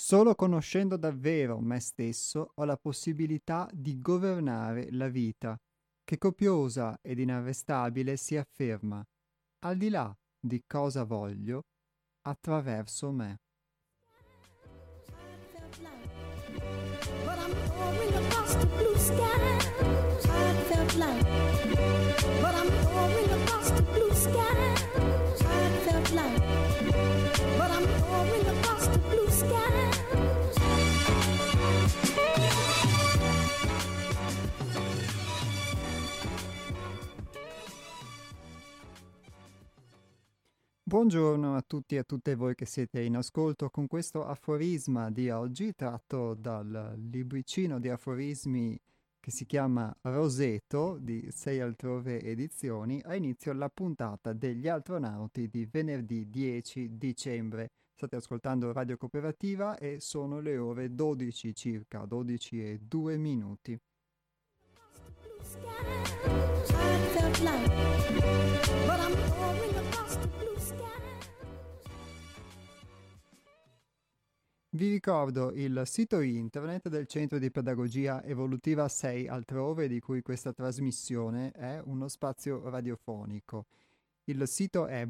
Solo conoscendo davvero me stesso ho la possibilità di governare la vita, che copiosa ed inarrestabile si afferma, al di là di cosa voglio, attraverso me. But I'm soaring across the blue skies. I felt like, but I'm soaring across the blue skies. I felt like, but I'm soaring across the blue skies. Buongiorno a tutti e a tutte voi che siete in ascolto con questo aforisma di oggi tratto dal libricino di aforismi che si chiama Roseto di Sei Altrove Edizioni. A inizio la puntata degli astronauti di venerdì 10 dicembre. State ascoltando Radio Cooperativa e sono le ore 12 circa, 12 e 2 minuti. Blue skies. I felt like, but I'm soaring across the blue skies. Vi ricordo il sito internet del Centro di Pedagogia Evolutiva 6 Altrove, di cui questa trasmissione è uno spazio radiofonico. Il sito è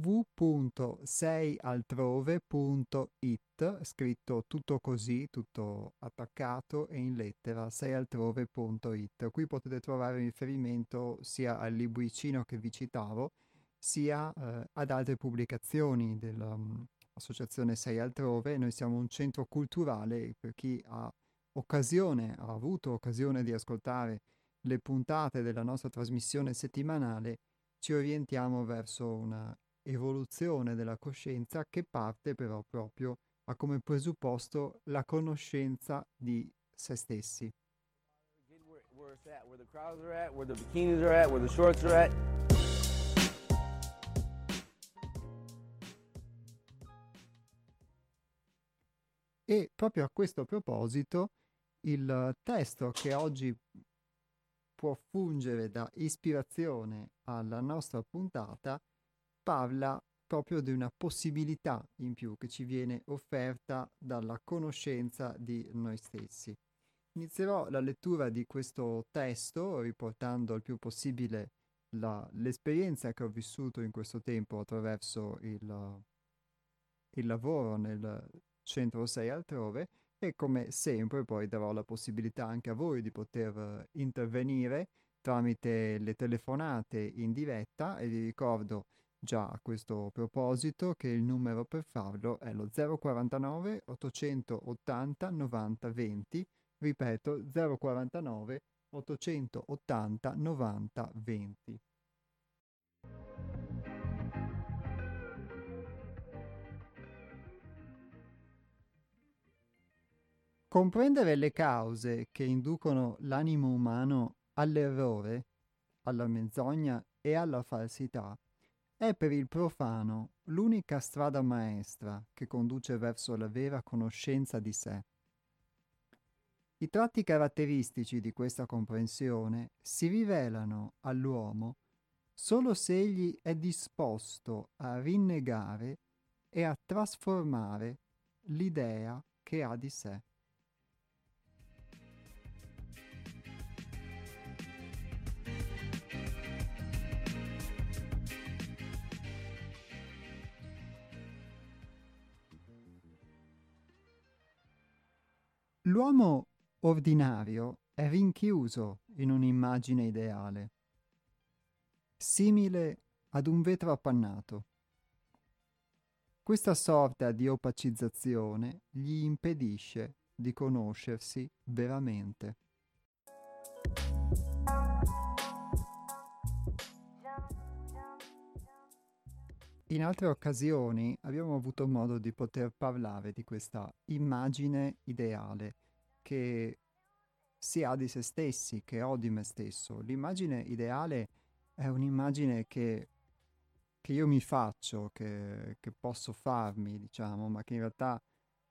www.seialtrove.it, scritto tutto così, tutto attaccato e in lettera, seialtrove.it. Qui potete trovare riferimento sia al libricino che vi citavo, sia ad altre pubblicazioni dell'Associazione Sei Altrove. Noi siamo un centro culturale per chi ha avuto occasione di ascoltare le puntate della nostra trasmissione settimanale. Ci orientiamo verso una evoluzione della coscienza che parte però proprio ha come presupposto la conoscenza di se stessi. Where it's at, where the crowds are at, where the bikinis are at, where the shorts are at. E proprio a questo proposito il testo che oggi può fungere da ispirazione alla nostra puntata parla proprio di una possibilità in più che ci viene offerta dalla conoscenza di noi stessi. Inizierò la lettura di questo testo riportando il più possibile l'esperienza che ho vissuto in questo tempo attraverso il lavoro nel centro 6 Altrove, e come sempre poi darò la possibilità anche a voi di poter intervenire tramite le telefonate in diretta, e vi ricordo già a questo proposito che il numero per farlo è lo 049 880 90 20, ripeto 049 880 90 20. Comprendere le cause che inducono l'animo umano all'errore, alla menzogna e alla falsità è per il profano l'unica strada maestra che conduce verso la vera conoscenza di sé. I tratti caratteristici di questa comprensione si rivelano all'uomo solo se egli è disposto a rinnegare e a trasformare l'idea che ha di sé. L'uomo ordinario è rinchiuso in un'immagine ideale, simile ad un vetro appannato. Questa sorta di opacizzazione gli impedisce di conoscersi veramente. In altre occasioni abbiamo avuto modo di poter parlare di questa immagine ideale che si ha di se stessi, che ho di me stesso. L'immagine ideale è un'immagine che io mi faccio, che posso farmi, diciamo, ma che in realtà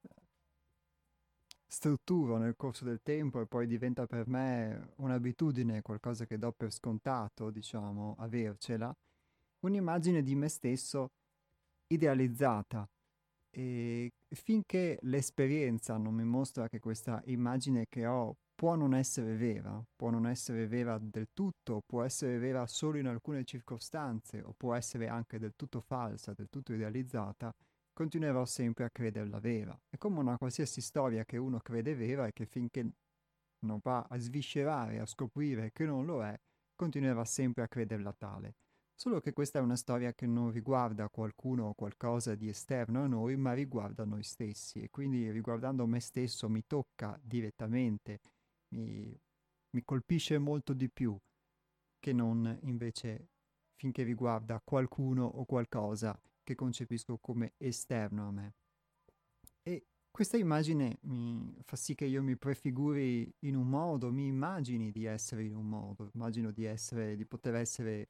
strutturo nel corso del tempo e poi diventa per me un'abitudine, qualcosa che do per scontato, diciamo, avercela. Un'immagine di me stesso idealizzata E finché l'esperienza non mi mostra che questa immagine che ho può non essere vera, può non essere vera del tutto, può essere vera solo in alcune circostanze, o può essere anche del tutto falsa, del tutto idealizzata, continuerò sempre a crederla vera. È come una qualsiasi storia che uno crede vera e che finché non va a sviscerare, a scoprire che non lo è, continuerà sempre a crederla tale. Solo che questa è una storia che non riguarda qualcuno o qualcosa di esterno a noi, ma riguarda noi stessi. E quindi riguardando me stesso mi tocca direttamente, mi, mi colpisce molto di più che non invece finché riguarda qualcuno o qualcosa che concepisco come esterno a me. E questa immagine mi fa sì che io mi prefiguri in un modo, mi immagini di essere in un modo, immagino di poter essere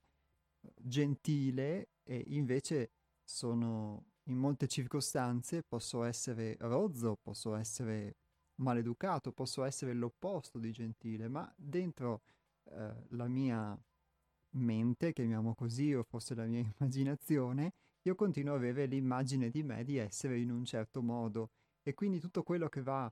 gentile e invece sono in molte circostanze posso essere rozzo, posso essere maleducato, posso essere l'opposto di gentile, ma dentro la mia mente, chiamiamo così, o forse la mia immaginazione, io continuo ad avere l'immagine di me di essere in un certo modo e quindi tutto quello che va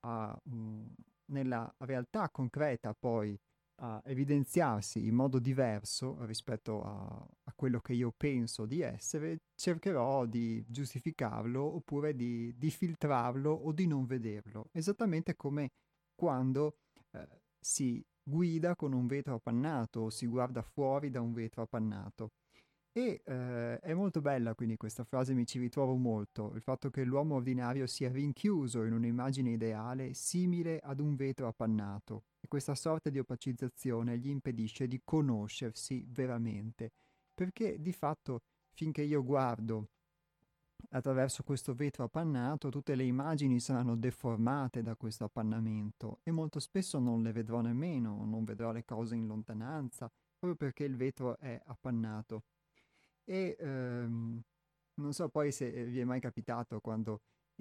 nella realtà concreta poi a evidenziarsi in modo diverso rispetto a quello che io penso di essere, cercherò di giustificarlo oppure di filtrarlo o di non vederlo, esattamente come quando si guida con un vetro appannato o si guarda fuori da un vetro appannato. E è molto bella quindi questa frase, mi ci ritrovo molto, il fatto che l'uomo ordinario sia rinchiuso in un'immagine ideale simile ad un vetro appannato e questa sorta di opacizzazione gli impedisce di conoscersi veramente, perché di fatto finché io guardo attraverso questo vetro appannato tutte le immagini saranno deformate da questo appannamento e molto spesso non le vedrò nemmeno, non vedrò le cose in lontananza, proprio perché il vetro è appannato. E non so poi se vi è mai capitato quando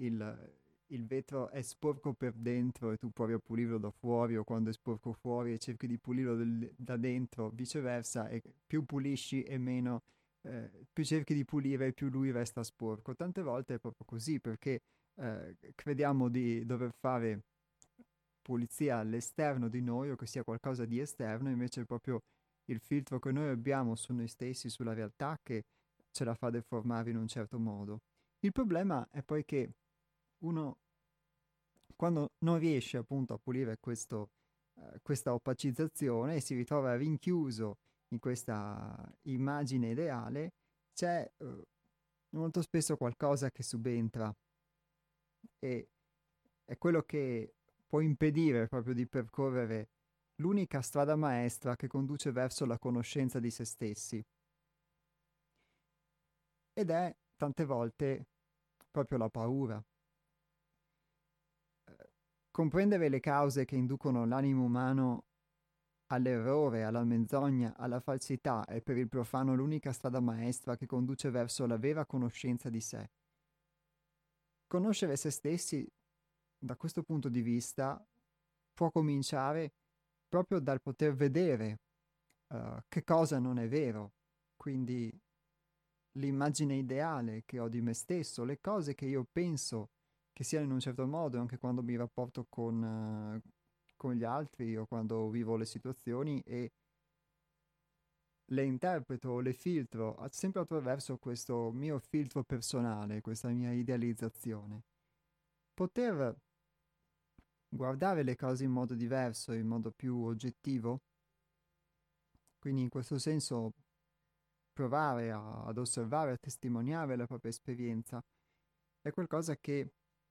il vetro è sporco per dentro e tu provi a pulirlo da fuori, o quando è sporco fuori e cerchi di pulirlo da dentro, viceversa, e più pulisci e meno, più cerchi di pulire e più lui resta sporco. Tante volte è proprio così perché crediamo di dover fare pulizia all'esterno di noi o che sia qualcosa di esterno, invece è proprio il filtro che noi abbiamo su noi stessi, sulla realtà, che ce la fa deformare in un certo modo. Il problema è poi che uno, quando non riesce appunto a pulire questa opacizzazione e si ritrova rinchiuso in questa immagine ideale, c'è molto spesso qualcosa che subentra e è quello che può impedire proprio di percorrere l'unica strada maestra che conduce verso la conoscenza di se stessi. Ed è tante volte proprio la paura. Comprendere le cause che inducono l'animo umano all'errore, alla menzogna, alla falsità è per il profano l'unica strada maestra che conduce verso la vera conoscenza di sé. Conoscere se stessi, da questo punto di vista, può cominciare proprio dal poter vedere che cosa non è vero, quindi l'immagine ideale che ho di me stesso, le cose che io penso che siano in un certo modo, anche quando mi rapporto con gli altri o quando vivo le situazioni e le interpreto o le filtro sempre attraverso questo mio filtro personale, questa mia idealizzazione. Poter guardare le cose in modo diverso, in modo più oggettivo, quindi in questo senso provare ad osservare, a testimoniare la propria esperienza, è qualcosa che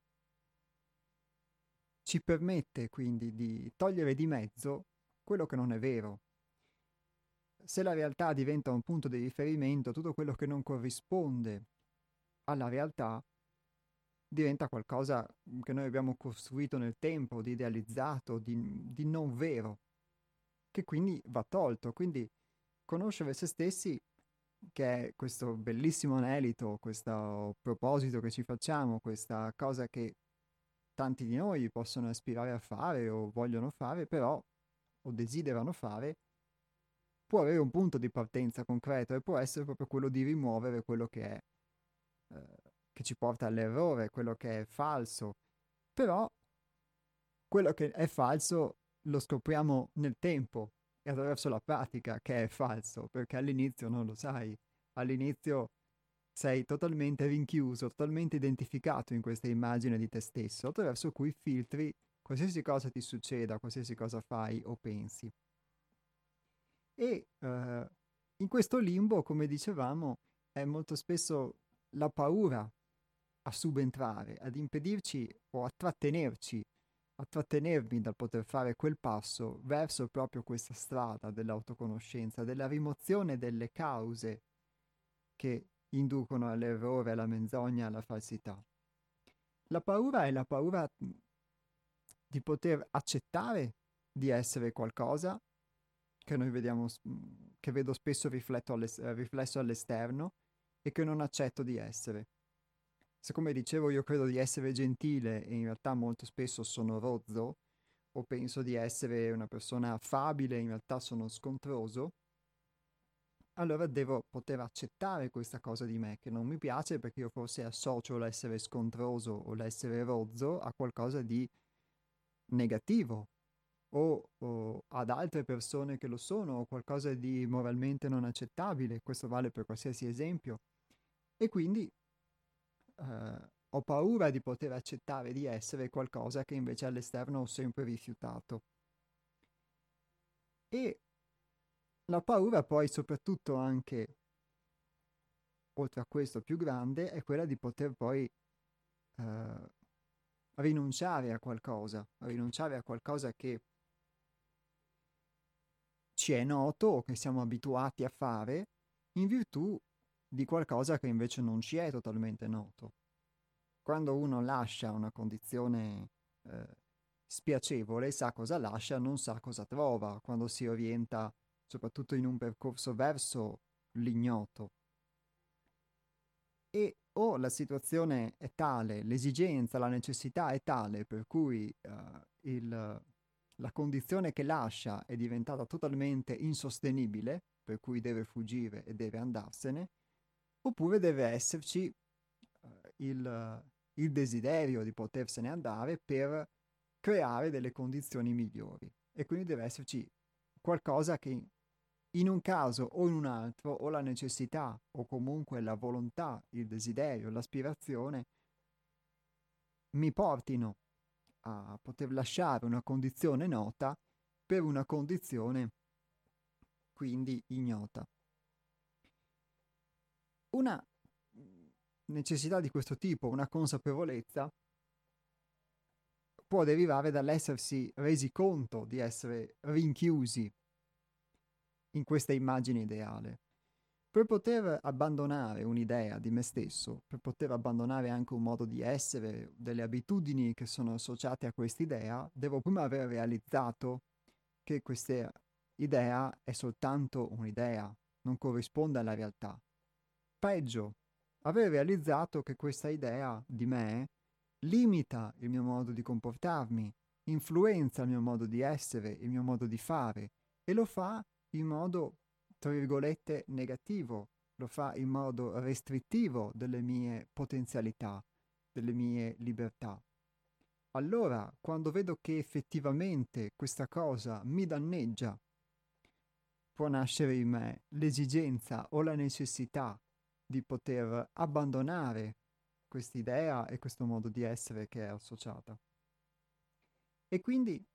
ci permette quindi di togliere di mezzo quello che non è vero. Se la realtà diventa un punto di riferimento, tutto quello che non corrisponde alla realtà diventa qualcosa che noi abbiamo costruito nel tempo, di idealizzato, di non vero, che quindi va tolto. Quindi conoscere se stessi, che è questo bellissimo anelito, questo proposito che ci facciamo, questa cosa che tanti di noi possono aspirare a fare o vogliono fare, però o desiderano fare, può avere un punto di partenza concreto e può essere proprio quello di rimuovere quello che è ci porta all'errore, quello che è falso, però quello che è falso lo scopriamo nel tempo e attraverso la pratica che è falso, perché all'inizio non lo sai, all'inizio sei totalmente rinchiuso, totalmente identificato in questa immagine di te stesso, attraverso cui filtri qualsiasi cosa ti succeda, qualsiasi cosa fai o pensi. E in questo limbo, come dicevamo, è molto spesso la paura a subentrare, ad impedirci o a trattenermi dal poter fare quel passo verso proprio questa strada dell'autoconoscenza, della rimozione delle cause che inducono all'errore, alla menzogna, alla falsità. La paura è la paura di poter accettare di essere qualcosa che noi vediamo, che vedo spesso riflesso all'esterno e che non accetto di essere. Siccome dicevo io credo di essere gentile e in realtà molto spesso sono rozzo, o penso di essere una persona affabile e in realtà sono scontroso, allora devo poter accettare questa cosa di me che non mi piace, perché io forse associo l'essere scontroso o l'essere rozzo a qualcosa di negativo o ad altre persone che lo sono, o qualcosa di moralmente non accettabile. Questo vale per qualsiasi esempio. E quindi ho paura di poter accettare di essere qualcosa che invece all'esterno ho sempre rifiutato. E la paura poi soprattutto anche, oltre a questo più grande, è quella di poter poi rinunciare a qualcosa che ci è noto o che siamo abituati a fare in virtù di qualcosa che invece non ci è totalmente noto. Quando uno lascia una condizione spiacevole, sa cosa lascia, non sa cosa trova, quando si orienta soprattutto in un percorso verso l'ignoto. E o la situazione è tale, l'esigenza, la necessità è tale per cui la condizione che lascia è diventata totalmente insostenibile, per cui deve fuggire e deve andarsene, oppure deve esserci il desiderio di potersene andare per creare delle condizioni migliori. E quindi deve esserci qualcosa che in un caso o in un altro, o la necessità o comunque la volontà, il desiderio, l'aspirazione, mi portino a poter lasciare una condizione nota per una condizione quindi ignota. Una necessità di questo tipo, una consapevolezza, può derivare dall'essersi resi conto di essere rinchiusi in questa immagine ideale. Per poter abbandonare un'idea di me stesso, per poter abbandonare anche un modo di essere, delle abitudini che sono associate a quest'idea, devo prima aver realizzato che questa idea è soltanto un'idea, non corrisponde alla realtà. Peggio, aver realizzato che questa idea di me limita il mio modo di comportarmi, influenza il mio modo di essere, il mio modo di fare, e lo fa in modo, tra virgolette, negativo, lo fa in modo restrittivo delle mie potenzialità, delle mie libertà. Allora, quando vedo che effettivamente questa cosa mi danneggia, può nascere in me l'esigenza o la necessità di poter abbandonare quest'idea e questo modo di essere che è associata. E quindi,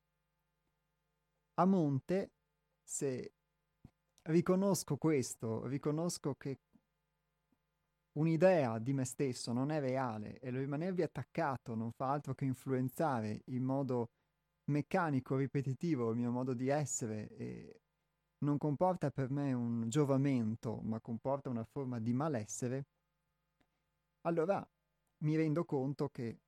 a monte, se riconosco questo, riconosco che un'idea di me stesso non è reale e lo rimanervi attaccato non fa altro che influenzare in modo meccanico, ripetitivo il mio modo di essere e non comporta per me un giovamento, ma comporta una forma di malessere, allora mi rendo conto che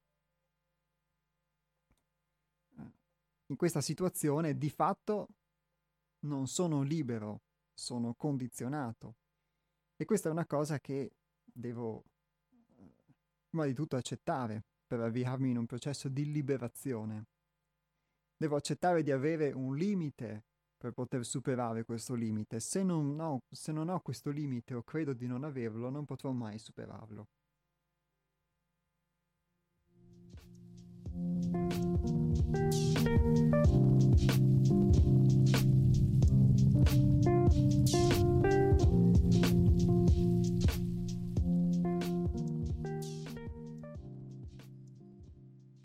in questa situazione di fatto non sono libero, sono condizionato. E questa è una cosa che devo prima di tutto accettare per avviarmi in un processo di liberazione. Devo accettare di avere un limite per poter superare questo limite. Se non ho questo limite o credo di non averlo, non potrò mai superarlo.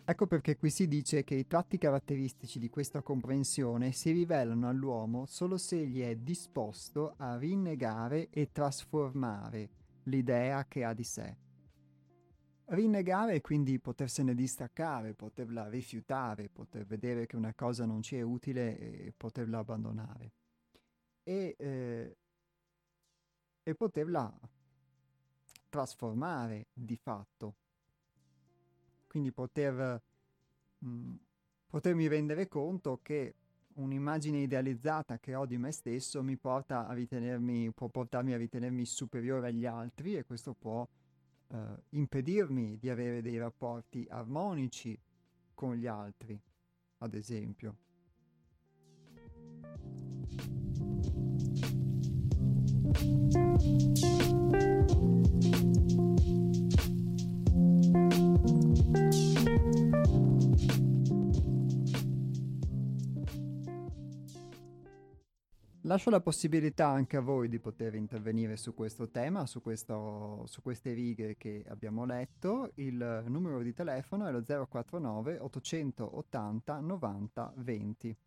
Ecco perché qui si dice che i tratti caratteristici di questa comprensione si rivelano all'uomo solo se egli è disposto a rinnegare e trasformare l'idea che ha di sé. Rinnegare è quindi potersene distaccare, poterla rifiutare, poter vedere che una cosa non ci è utile e poterla abbandonare. E poterla trasformare di fatto. Quindi potermi rendere conto che un'immagine idealizzata che ho di me stesso può portarmi a ritenermi superiore agli altri, e questo può impedirmi di avere dei rapporti armonici con gli altri, ad esempio. Lascio la possibilità anche a voi di poter intervenire su questo tema, su queste righe che abbiamo letto. Il numero di telefono è lo 049 880 90 20.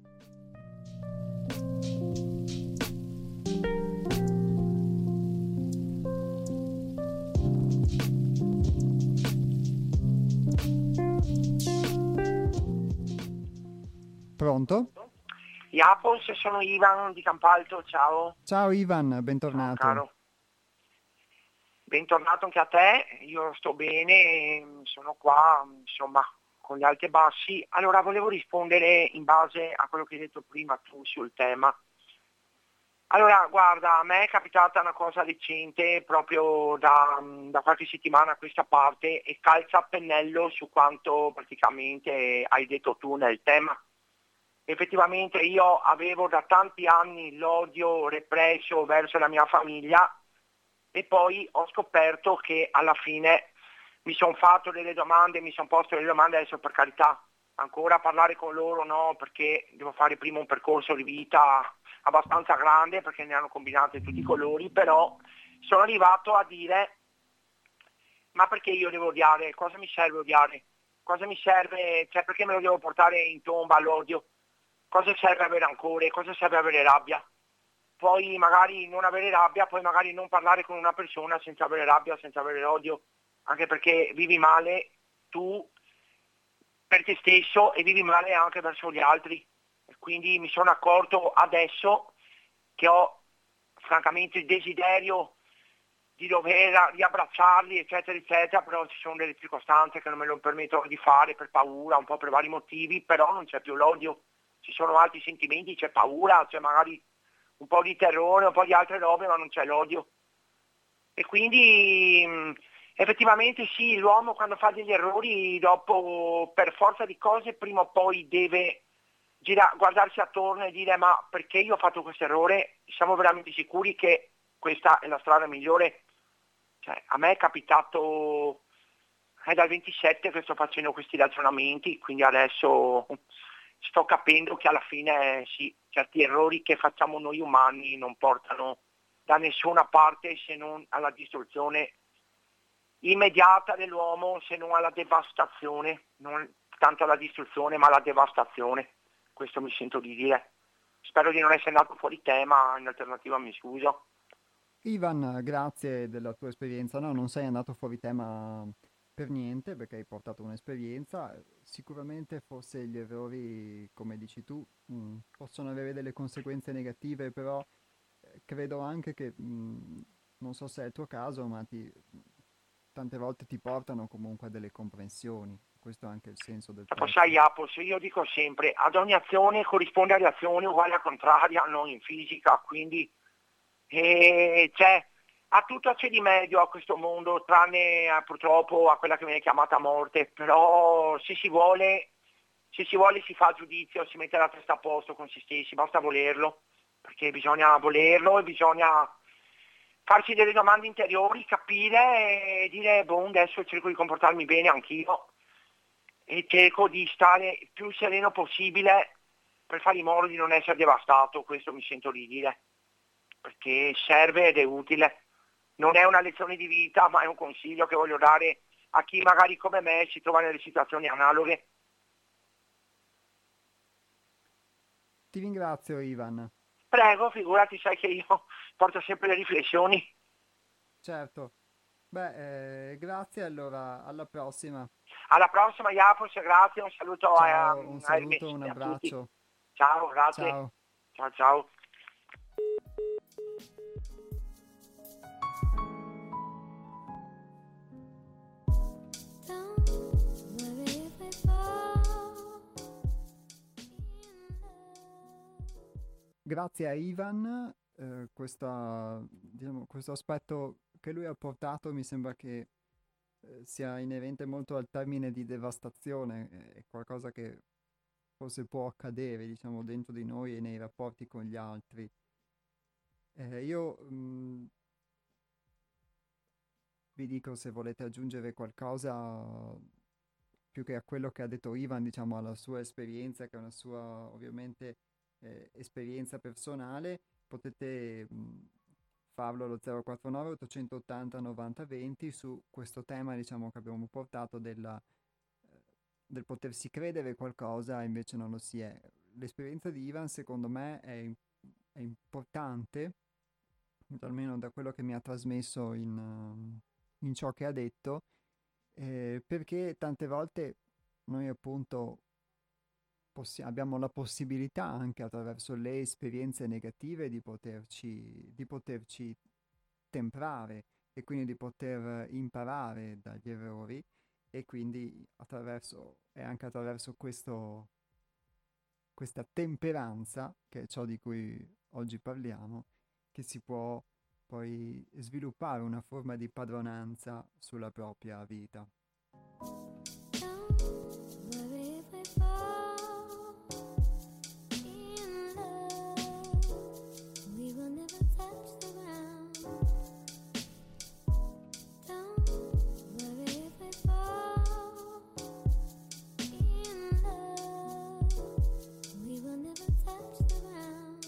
Pronto? Iapos, sono Ivan di Campalto, ciao. Ciao Ivan, bentornato. Ciao, caro. Bentornato anche a te, io sto bene, sono qua, insomma, con gli alti e bassi. Allora, volevo rispondere in base a quello che hai detto prima tu sul tema. Allora, guarda, a me è capitata una cosa recente proprio da qualche settimana a questa parte e calza a pennello su quanto praticamente hai detto tu nel tema. Effettivamente io avevo da tanti anni l'odio represso verso la mia famiglia e poi ho scoperto che alla fine mi sono fatto delle domande, mi sono posto delle domande, adesso per carità, ancora parlare con loro no, perché devo fare prima un percorso di vita abbastanza grande perché ne hanno combinate tutti i colori, però sono arrivato a dire ma perché io devo odiare? Cosa mi serve odiare? Cosa mi serve? Cioè perché me lo devo portare in tomba l'odio? Cosa serve avere rancore? Cosa serve avere rabbia? Poi magari non avere rabbia, poi magari non parlare con una persona senza avere rabbia, senza avere odio, anche perché vivi male tu per te stesso e vivi male anche verso gli altri. E quindi mi sono accorto adesso che ho francamente il desiderio di dover riabbracciarli, eccetera, eccetera, però ci sono delle circostanze che non me lo permettono di fare per paura, un po' per vari motivi, però non c'è più l'odio. Ci sono altri sentimenti, c'è paura, c'è magari un po' di terrore, un po' di altre robe, ma non c'è l'odio. E quindi effettivamente sì, l'uomo quando fa degli errori, dopo per forza di cose, prima o poi deve guardarsi attorno e dire ma perché io ho fatto questo errore? Siamo veramente sicuri che questa è la strada migliore? Cioè, a me è capitato, è dal 27 che sto facendo questi ragionamenti, quindi adesso sto capendo che alla fine sì, certi errori che facciamo noi umani non portano da nessuna parte se non alla distruzione immediata dell'uomo, se non alla devastazione, non tanto alla distruzione ma alla devastazione. Questo mi sento di dire. Spero di non essere andato fuori tema, in alternativa mi scuso. Ivan, grazie della tua esperienza. No, non sei andato fuori tema per niente perché hai portato un'esperienza. Sicuramente forse gli errori, come dici tu, possono avere delle conseguenze negative, però credo anche che, non so se è il tuo caso, ma tante volte ti portano comunque a delle comprensioni. Questo è anche il senso del Dopo testo. sai Apos, io dico sempre, ad ogni azione corrisponde a reazione uguale a contraria, non in fisica, quindi a tutto c'è di meglio a questo mondo, tranne purtroppo a quella che viene chiamata morte, però se si vuole si fa giudizio, si mette la testa a posto con se stessi, basta volerlo, perché bisogna volerlo e bisogna farsi delle domande interiori, capire e dire, boh, adesso cerco di comportarmi bene anch'io e cerco di stare il più sereno possibile per fare in modo di non essere devastato, questo mi sento di dire, perché serve ed è utile. Non è una lezione di vita, ma è un consiglio che voglio dare a chi magari come me si trova nelle situazioni analoghe. Ti ringrazio, Ivan. Prego, figurati, sai che io porto sempre le riflessioni. Certo. Beh, grazie, allora alla prossima. Alla prossima, Iapos, grazie, un saluto Ciao, un a saluto, Ermesti un e a tutti. abbraccio. Ciao, grazie. Ciao. Ciao, ciao. Don't worry if I fall in love. Grazie a Ivan, diciamo, questo aspetto che lui ha portato mi sembra che sia inerente molto al termine di devastazione, è qualcosa che forse può accadere, diciamo, dentro di noi e nei rapporti con gli altri. Io vi dico, se volete aggiungere qualcosa più che a quello che ha detto Ivan, diciamo alla sua esperienza, che è una sua ovviamente esperienza personale, potete farlo allo 049 880 90 20 su questo tema, diciamo, che abbiamo portato del potersi credere qualcosa e invece non lo si è. L'esperienza di Ivan, secondo me, è importante, almeno da quello che mi ha trasmesso in ciò che ha detto, perché tante volte noi appunto abbiamo la possibilità anche attraverso le esperienze negative di poterci temprare e quindi di poter imparare dagli errori e quindi è anche attraverso questa temperanza, che è ciò di cui oggi parliamo, che si può poi sviluppare una forma di padronanza sulla propria vita. Don't worry if I fall in love. We will never touch the ground. Don't worry if I fall in love. We will never touch the ground.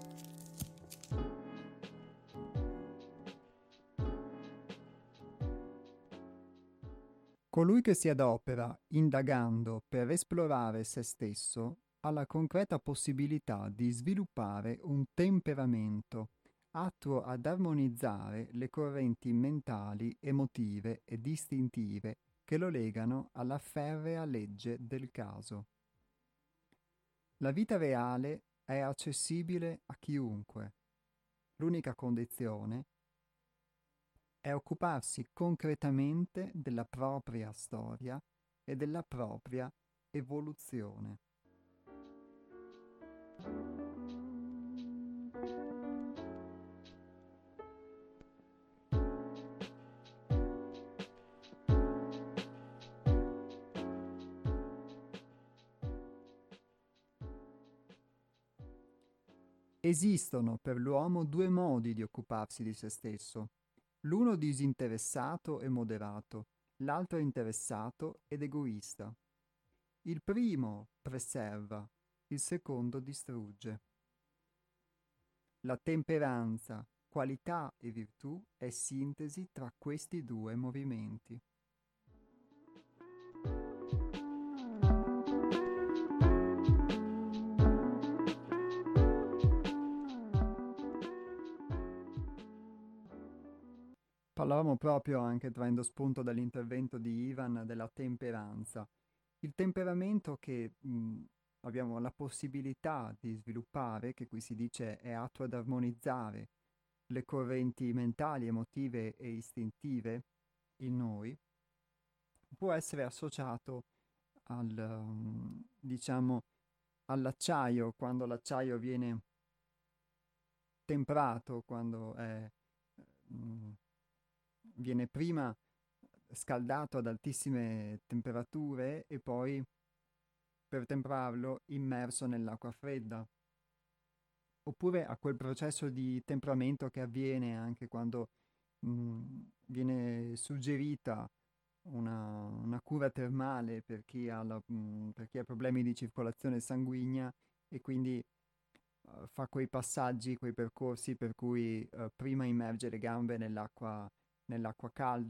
Colui che si adopera, indagando per esplorare se stesso, ha la concreta possibilità di sviluppare un temperamento atto ad armonizzare le correnti mentali, emotive ed istintive che lo legano alla ferrea legge del caso. La vita reale è accessibile a chiunque. L'unica condizione è occuparsi concretamente della propria storia e della propria evoluzione. Esistono per l'uomo due modi di occuparsi di se stesso, l'uno disinteressato e moderato, l'altro interessato ed egoista. Il primo preserva, il secondo distrugge. La temperanza, qualità e virtù è sintesi tra questi due movimenti. Parlavamo proprio, anche traendo spunto dall'intervento di Ivan, della temperanza. Il temperamento che abbiamo la possibilità di sviluppare, che qui si dice è atto ad armonizzare le correnti mentali, emotive e istintive in noi, può essere associato diciamo, all'acciaio, quando l'acciaio viene temprato, quando viene prima scaldato ad altissime temperature e poi, per temprarlo, immerso nell'acqua fredda. Oppure a quel processo di temperamento che avviene anche quando viene suggerita una cura termale per chi per chi ha problemi di circolazione sanguigna e quindi fa quei passaggi, quei percorsi per cui prima immerge le gambe nell'acqua calda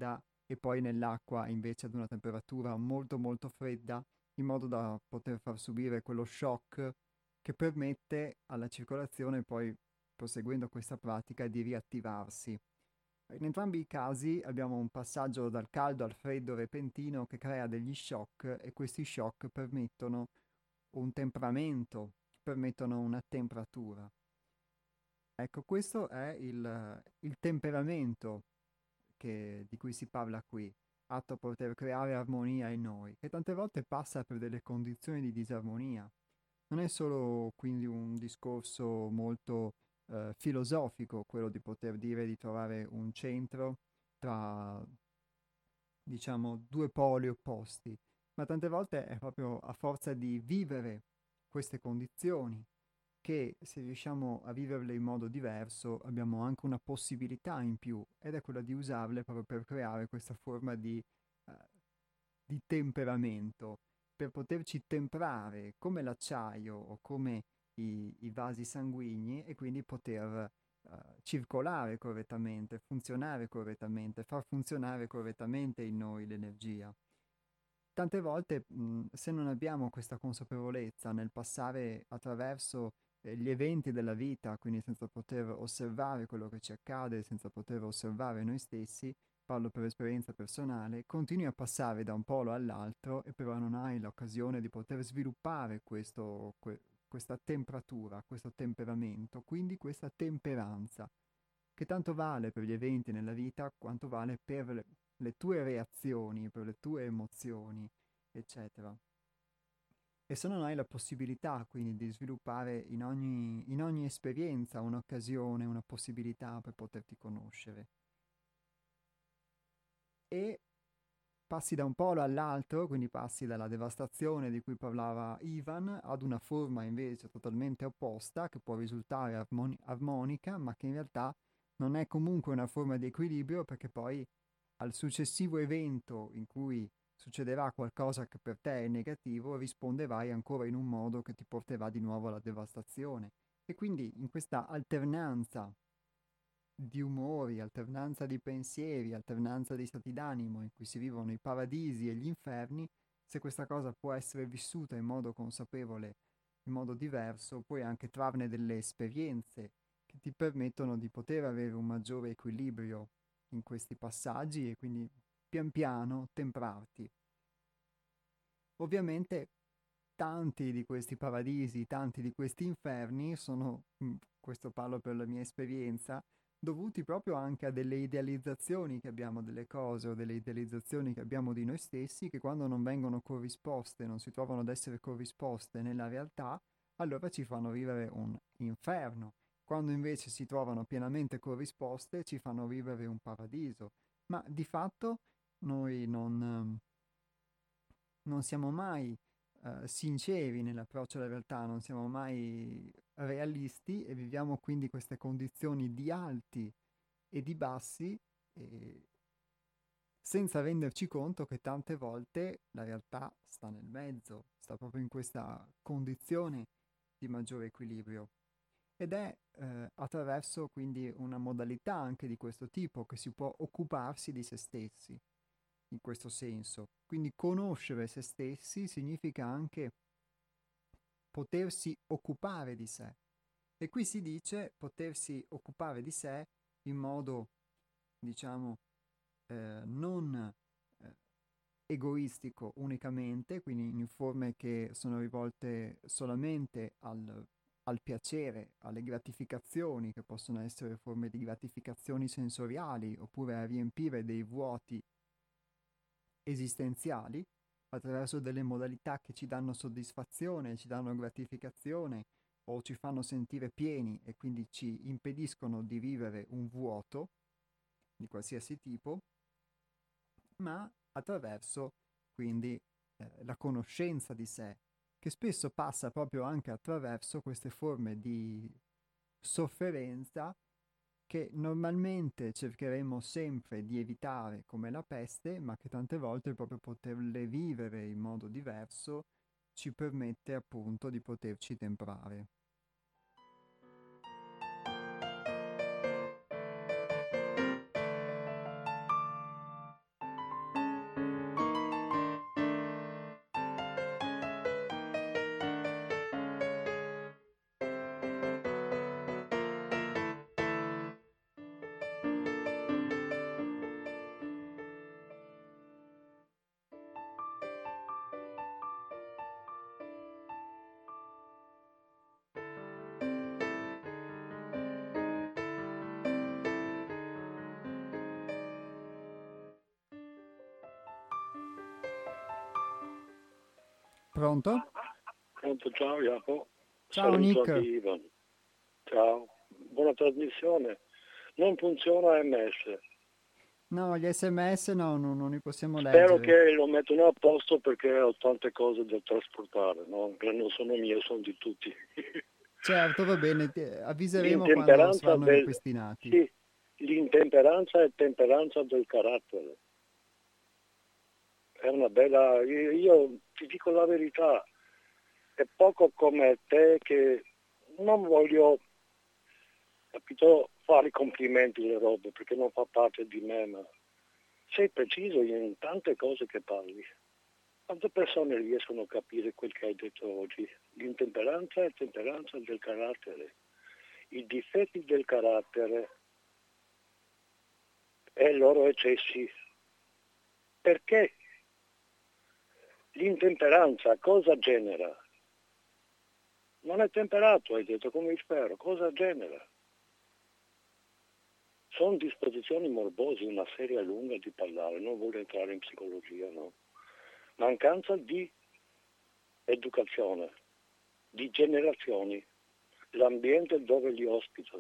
e poi nell'acqua invece ad una temperatura molto molto fredda, in modo da poter far subire quello shock che permette alla circolazione poi, proseguendo questa pratica, di riattivarsi. In entrambi i casi abbiamo un passaggio dal caldo al freddo repentino che crea degli shock, e questi shock permettono un temperamento, permettono una temperatura. Ecco, questo è il temperamento di cui si parla qui, atto a poter creare armonia in noi, che tante volte passa per delle condizioni di disarmonia. Non è solo quindi un discorso molto filosofico quello di poter dire di trovare un centro tra, diciamo, due poli opposti, ma tante volte è proprio a forza di vivere queste condizioni che, se riusciamo a viverle in modo diverso, abbiamo anche una possibilità in più, ed è quella di usarle proprio per creare questa forma di temperamento, per poterci temprare come l'acciaio o come i vasi sanguigni, e quindi poter circolare correttamente, funzionare correttamente, far funzionare correttamente in noi l'energia. Tante volte, se non abbiamo questa consapevolezza nel passare attraverso gli eventi della vita, quindi senza poter osservare quello che ci accade, senza poter osservare noi stessi, parlo per esperienza personale, continui a passare da un polo all'altro e però non hai l'occasione di poter sviluppare questa temperatura, questo temperamento, quindi questa temperanza, che tanto vale per gli eventi nella vita quanto vale per le tue reazioni, per le tue emozioni, eccetera. E se non hai la possibilità quindi di sviluppare in ogni esperienza un'occasione, una possibilità per poterti conoscere, e passi da un polo all'altro, quindi passi dalla devastazione di cui parlava Ivan ad una forma invece totalmente opposta, che può risultare armonica, ma che in realtà non è comunque una forma di equilibrio, perché poi al successivo evento in cui succederà qualcosa che per te è negativo, risponderai ancora in un modo che ti porterà di nuovo alla devastazione. E quindi in questa alternanza di umori, alternanza di pensieri, alternanza di stati d'animo in cui si vivono i paradisi e gli inferni, se questa cosa può essere vissuta in modo consapevole, in modo diverso, puoi anche trarne delle esperienze che ti permettono di poter avere un maggiore equilibrio in questi passaggi e quindi pian piano temprarti. Ovviamente tanti di questi paradisi, tanti di questi inferni sono, questo parlo per la mia esperienza, dovuti proprio anche a delle idealizzazioni che abbiamo delle cose o delle idealizzazioni che abbiamo di noi stessi, che quando non vengono corrisposte, non si trovano ad essere corrisposte nella realtà, allora ci fanno vivere un inferno. Quando invece si trovano pienamente corrisposte, ci fanno vivere un paradiso. Ma di fatto noi non siamo mai sinceri nell'approccio alla realtà, non siamo mai realisti, e viviamo quindi queste condizioni di alti e di bassi, e senza renderci conto che tante volte la realtà sta nel mezzo, sta proprio in questa condizione di maggiore equilibrio. Ed è attraverso quindi una modalità anche di questo tipo che si può occuparsi di se stessi, in questo senso. Quindi conoscere se stessi significa anche potersi occupare di sé. E qui si dice potersi occupare di sé in modo, diciamo, non egoistico unicamente, quindi in forme che sono rivolte solamente al piacere, alle gratificazioni, che possono essere forme di gratificazioni sensoriali, oppure a riempire dei vuoti esistenziali attraverso delle modalità che ci danno soddisfazione, ci danno gratificazione o ci fanno sentire pieni e quindi ci impediscono di vivere un vuoto di qualsiasi tipo, ma attraverso quindi la conoscenza di sé, che spesso passa proprio anche attraverso queste forme di sofferenza che normalmente cercheremo sempre di evitare come la peste, ma che tante volte proprio poterle vivere in modo diverso ci permette appunto di poterci temprare. Pronto? Pronto, ciao Jacopo. Ciao Saluto Nick. anche Ivan. Ciao, buona trasmissione. Non funziona MS. No, gli SMS no, non li possiamo Spero leggere. che lo mettono a posto perché ho tante cose da trasportare, no? Che non sono mie, sono di tutti. Certo, va bene, avviseremo quando L'intemperanza saranno del... ripristinati. Sì, l'intemperanza è temperanza del carattere. È una bella... Io ti dico la verità, è poco come te che non voglio, capito, fare i complimenti alle robe perché non fa parte di me, ma sei preciso in tante cose che parli. Quante persone riescono a capire quel che hai detto oggi? L'intemperanza è temperanza del carattere. I difetti del carattere e i loro eccessi. Perché l'intemperanza cosa genera? Non è temperato, hai detto, come spero. Cosa genera? Sono disposizioni morbose, una serie lunga di parlare, non voglio entrare in psicologia, no. Mancanza di educazione, di generazioni, l'ambiente dove li ospita,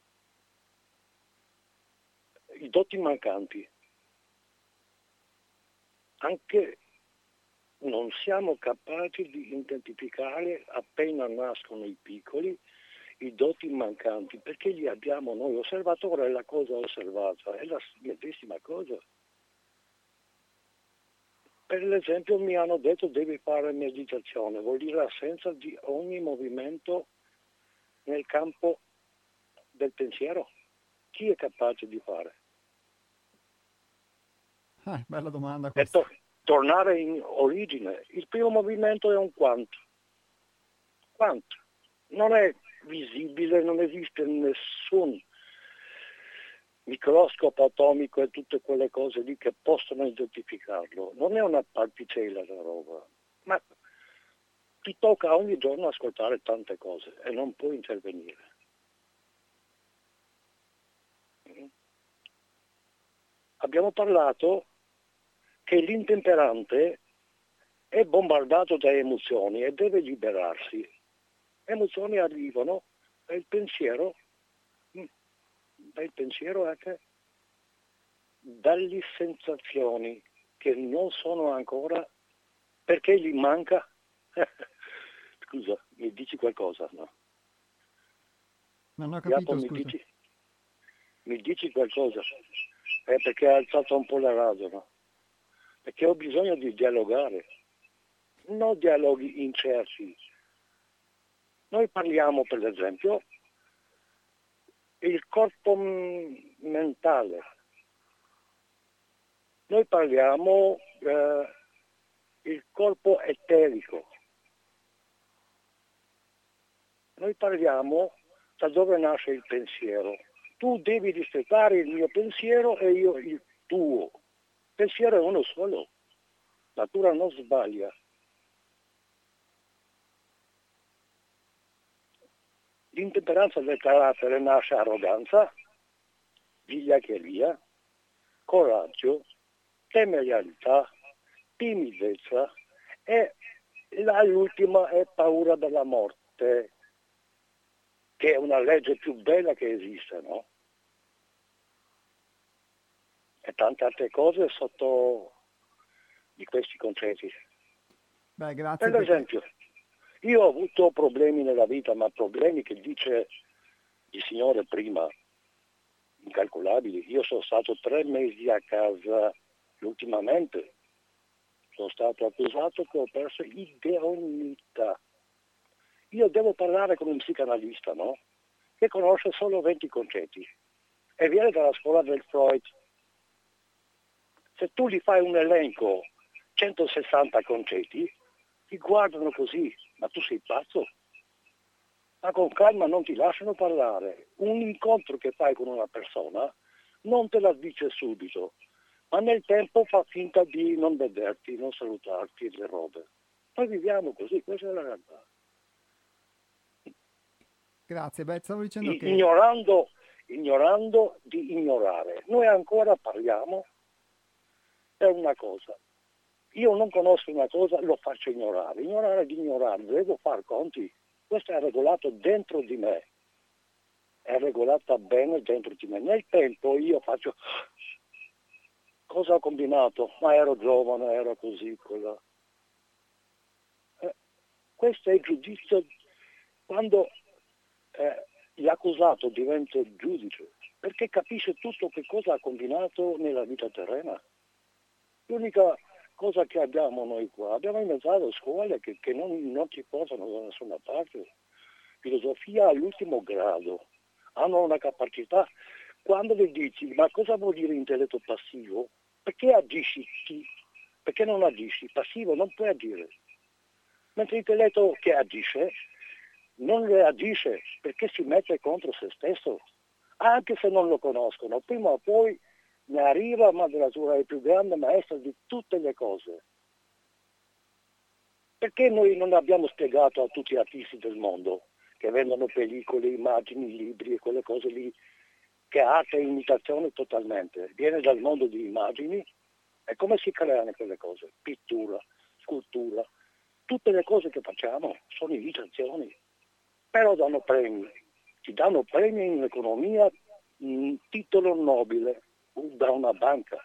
i doti mancanti. Anche non siamo capaci di identificare appena nascono i piccoli i doti mancanti, perché li abbiamo noi. Osservatore è la cosa osservata, è la medesima cosa. Per esempio mi hanno detto devi fare meditazione, vuol dire assenza di ogni movimento nel campo del pensiero. Chi è capace di fare? Bella domanda E questa. tornare in origine. Il primo movimento è un quanto. Quanto? Non è visibile, non esiste nessun microscopo atomico e tutte quelle cose lì che possono identificarlo. Non è una particella la roba, ma ti tocca ogni giorno ascoltare tante cose e non puoi intervenire. Abbiamo parlato che l'intemperante è bombardato da emozioni e deve liberarsi. Emozioni arrivano dal pensiero è che dalle sensazioni che non sono ancora perché gli manca. Scusa, mi dici qualcosa? No? Non ho Jacopo, capito, scusa. mi dici qualcosa? Perché hai alzato un po' la radio, no? Perché ho bisogno di dialogare, non dialoghi incerti. Noi parliamo, per esempio, il corpo mentale. Noi parliamo il corpo eterico. Noi parliamo da dove nasce il pensiero. Tu devi rispettare il mio pensiero e io il tuo. Il pensiero è uno solo. Natura non sbaglia. L'intemperanza del carattere nasce arroganza, vigliaccheria, coraggio, temerarietà, timidezza e l'ultima è paura della morte, che è una legge più bella che esiste, no? E tante altre cose sotto di questi concetti. Beh, grazie Per perché... esempio, io ho avuto problemi nella vita, ma problemi che dice il Signore prima, incalcolabili. Io sono stato 3 mesi a casa ultimamente. Sono stato accusato che ho perso idoneità. Io devo parlare con un psicanalista, no? Che conosce solo 20 concetti e viene dalla scuola del Freud. Se tu gli fai un elenco 160 concetti, ti guardano così, ma tu sei pazzo? Ma con calma non ti lasciano parlare. Un incontro che fai con una persona non te la dice subito, ma nel tempo fa finta di non vederti, non salutarti, le robe. Noi viviamo così, questa è la realtà. Grazie, beh, stavo dicendo che... Ignorando di ignorare. Noi ancora parliamo per una cosa. Io non conosco una cosa, lo faccio ignorare. Ignorare di ignorare, devo fare conti. Questo è regolato dentro di me. È regolata bene dentro di me. Nel tempo io faccio... Cosa ho combinato? Ma ero giovane, ero così, quella... questo è il giudizio quando l'accusato diventa giudice, perché capisce tutto che cosa ha combinato nella vita terrena. L'unica cosa che abbiamo noi qua, abbiamo inventato scuole che non ti portano da nessuna parte. Filosofia all'ultimo grado, hanno una capacità. Quando le dici, ma cosa vuol dire intelletto passivo? Perché agisci? Perché non agisci? Passivo non puoi agire. Mentre l'intelletto che agisce non reagisce perché si mette contro se stesso, anche se non lo conoscono. Prima o poi ne arriva, ma la natura è il più grande maestro di tutte le cose. Perché noi non abbiamo spiegato a tutti gli artisti del mondo che vendono pellicole, immagini, libri e quelle cose lì, che arte è imitazione totalmente, viene dal mondo di immagini, e come si creano quelle cose? Pittura, scultura, tutte le cose che facciamo sono imitazioni, però danno premi, ti danno premi in economia, un titolo nobile da una banca.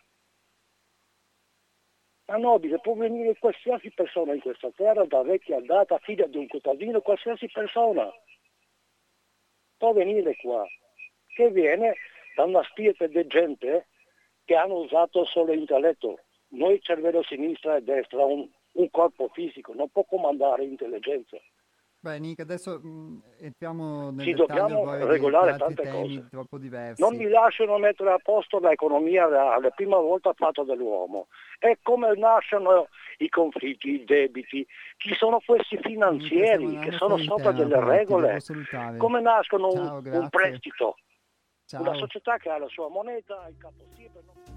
Ma nobile può venire qualsiasi persona in questa terra, da vecchia data, figlia di un contadino, qualsiasi persona può venire qua, che viene da una stirpe di gente che hanno usato solo l'intelletto. Noi cervello sinistra e destra, un corpo fisico, non può comandare intelligenza. Beh, Nick, adesso entriamo nel Ci dettaglio dobbiamo poi di regolare altri tante temi cose. troppo diversi. Non mi lasciano mettere a posto l'economia reale, prima volta fatta dall'uomo. E come nascono i conflitti, i debiti? Chi sono questi Nick, stiamo finanzieri che andando sono fuori sopra tema, delle poi ti devo regole? salutare. Come nascono Ciao, un grazie. prestito? Una Ciao. società che ha la sua moneta, il capostipite.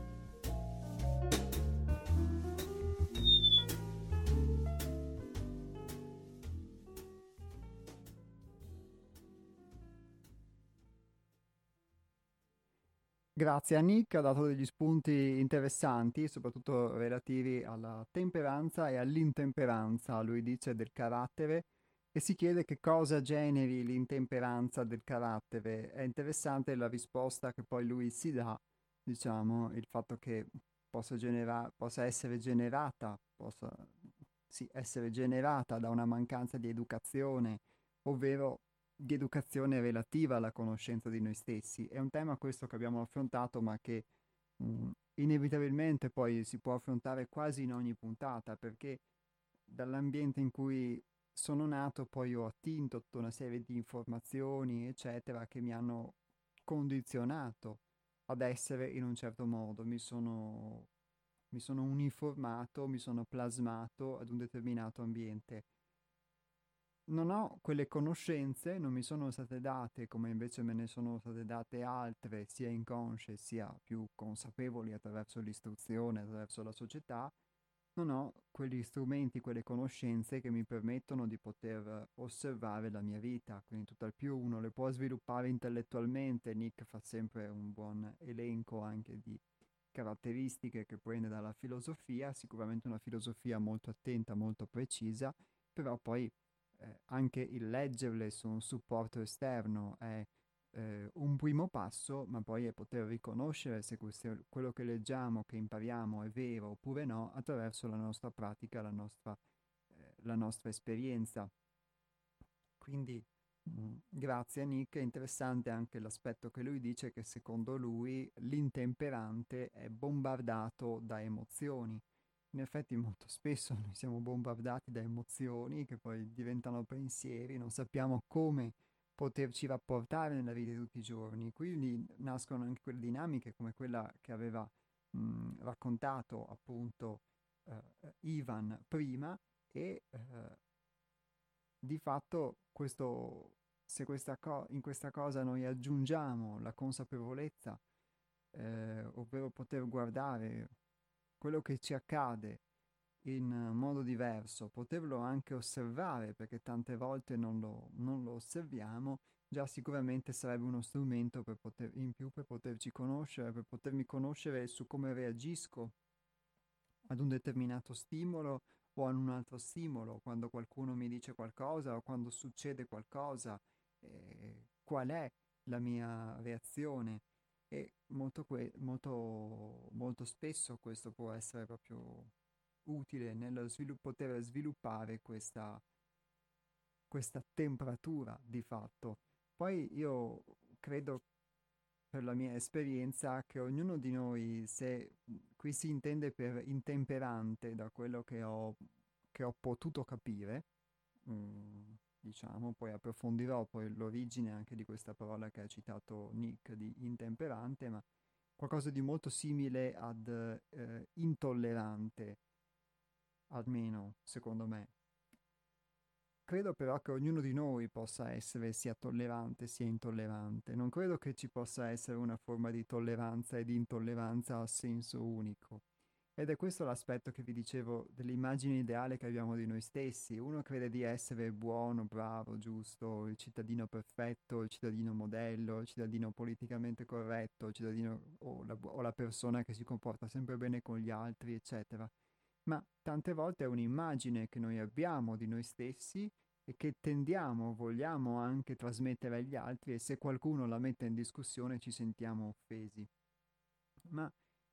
Grazie a Nick, ha dato degli spunti interessanti, soprattutto relativi alla temperanza e all'intemperanza, lui dice, del carattere, e si chiede che cosa generi l'intemperanza del carattere. È interessante la risposta che poi lui si dà, diciamo, il fatto che possa essere generata, possa sì, essere generata da una mancanza di educazione, ovvero di educazione relativa alla conoscenza di noi stessi. È un tema questo che abbiamo affrontato, ma che mh, inevitabilmente poi si può affrontare quasi in ogni puntata, perché dall'ambiente in cui sono nato poi ho attinto tutta una serie di informazioni, eccetera, che mi hanno condizionato ad essere in un certo modo. Mi sono uniformato, mi sono plasmato ad un determinato ambiente. Non ho quelle conoscenze, non mi sono state date come invece me ne sono state date altre, sia inconsce sia più consapevoli attraverso l'istruzione, attraverso la società. Non ho quegli strumenti, quelle conoscenze che mi permettono di poter osservare la mia vita, quindi tutt'al più uno le può sviluppare intellettualmente. Nick fa sempre un buon elenco anche di caratteristiche che prende dalla filosofia, sicuramente una filosofia molto attenta, molto precisa, però poi anche il leggerle su un supporto esterno è un primo passo, ma poi è poter riconoscere se quello che leggiamo, che impariamo è vero oppure no, attraverso la nostra pratica, la nostra esperienza. Quindi grazie a Nick, è interessante anche l'aspetto che lui dice che secondo lui l'intemperante è bombardato da emozioni. In effetti molto spesso noi siamo bombardati da emozioni che poi diventano pensieri, non sappiamo come poterci rapportare nella vita di tutti i giorni. Quindi nascono anche quelle dinamiche come quella che aveva raccontato appunto Ivan prima e di fatto se in questa cosa noi aggiungiamo la consapevolezza, ovvero poter guardare quello che ci accade in modo diverso, poterlo anche osservare, perché tante volte non lo osserviamo, già sicuramente sarebbe uno strumento in più per poterci conoscere, per potermi conoscere su come reagisco ad un determinato stimolo o a un altro stimolo, quando qualcuno mi dice qualcosa o quando succede qualcosa, qual è la mia reazione. E molto spesso questo può essere proprio utile nel poter sviluppare questa temperatura di fatto. Poi io credo, per la mia esperienza, che ognuno di noi, se qui si intende per intemperante, da quello che ho potuto capire, diciamo, poi approfondirò poi l'origine anche di questa parola che ha citato Nick, di intemperante, ma qualcosa di molto simile ad intollerante, almeno secondo me. Credo però che ognuno di noi possa essere sia tollerante sia intollerante. Non credo che ci possa essere una forma di tolleranza e di intolleranza a senso unico. Ed è questo l'aspetto che vi dicevo dell'immagine ideale che abbiamo di noi stessi. Uno crede di essere buono, bravo, giusto, il cittadino perfetto, il cittadino modello, il cittadino politicamente corretto, il cittadino o la persona che si comporta sempre bene con gli altri, eccetera. Ma tante volte è un'immagine che noi abbiamo di noi stessi e che vogliamo anche trasmettere agli altri, e se qualcuno la mette in discussione ci sentiamo offesi. Ma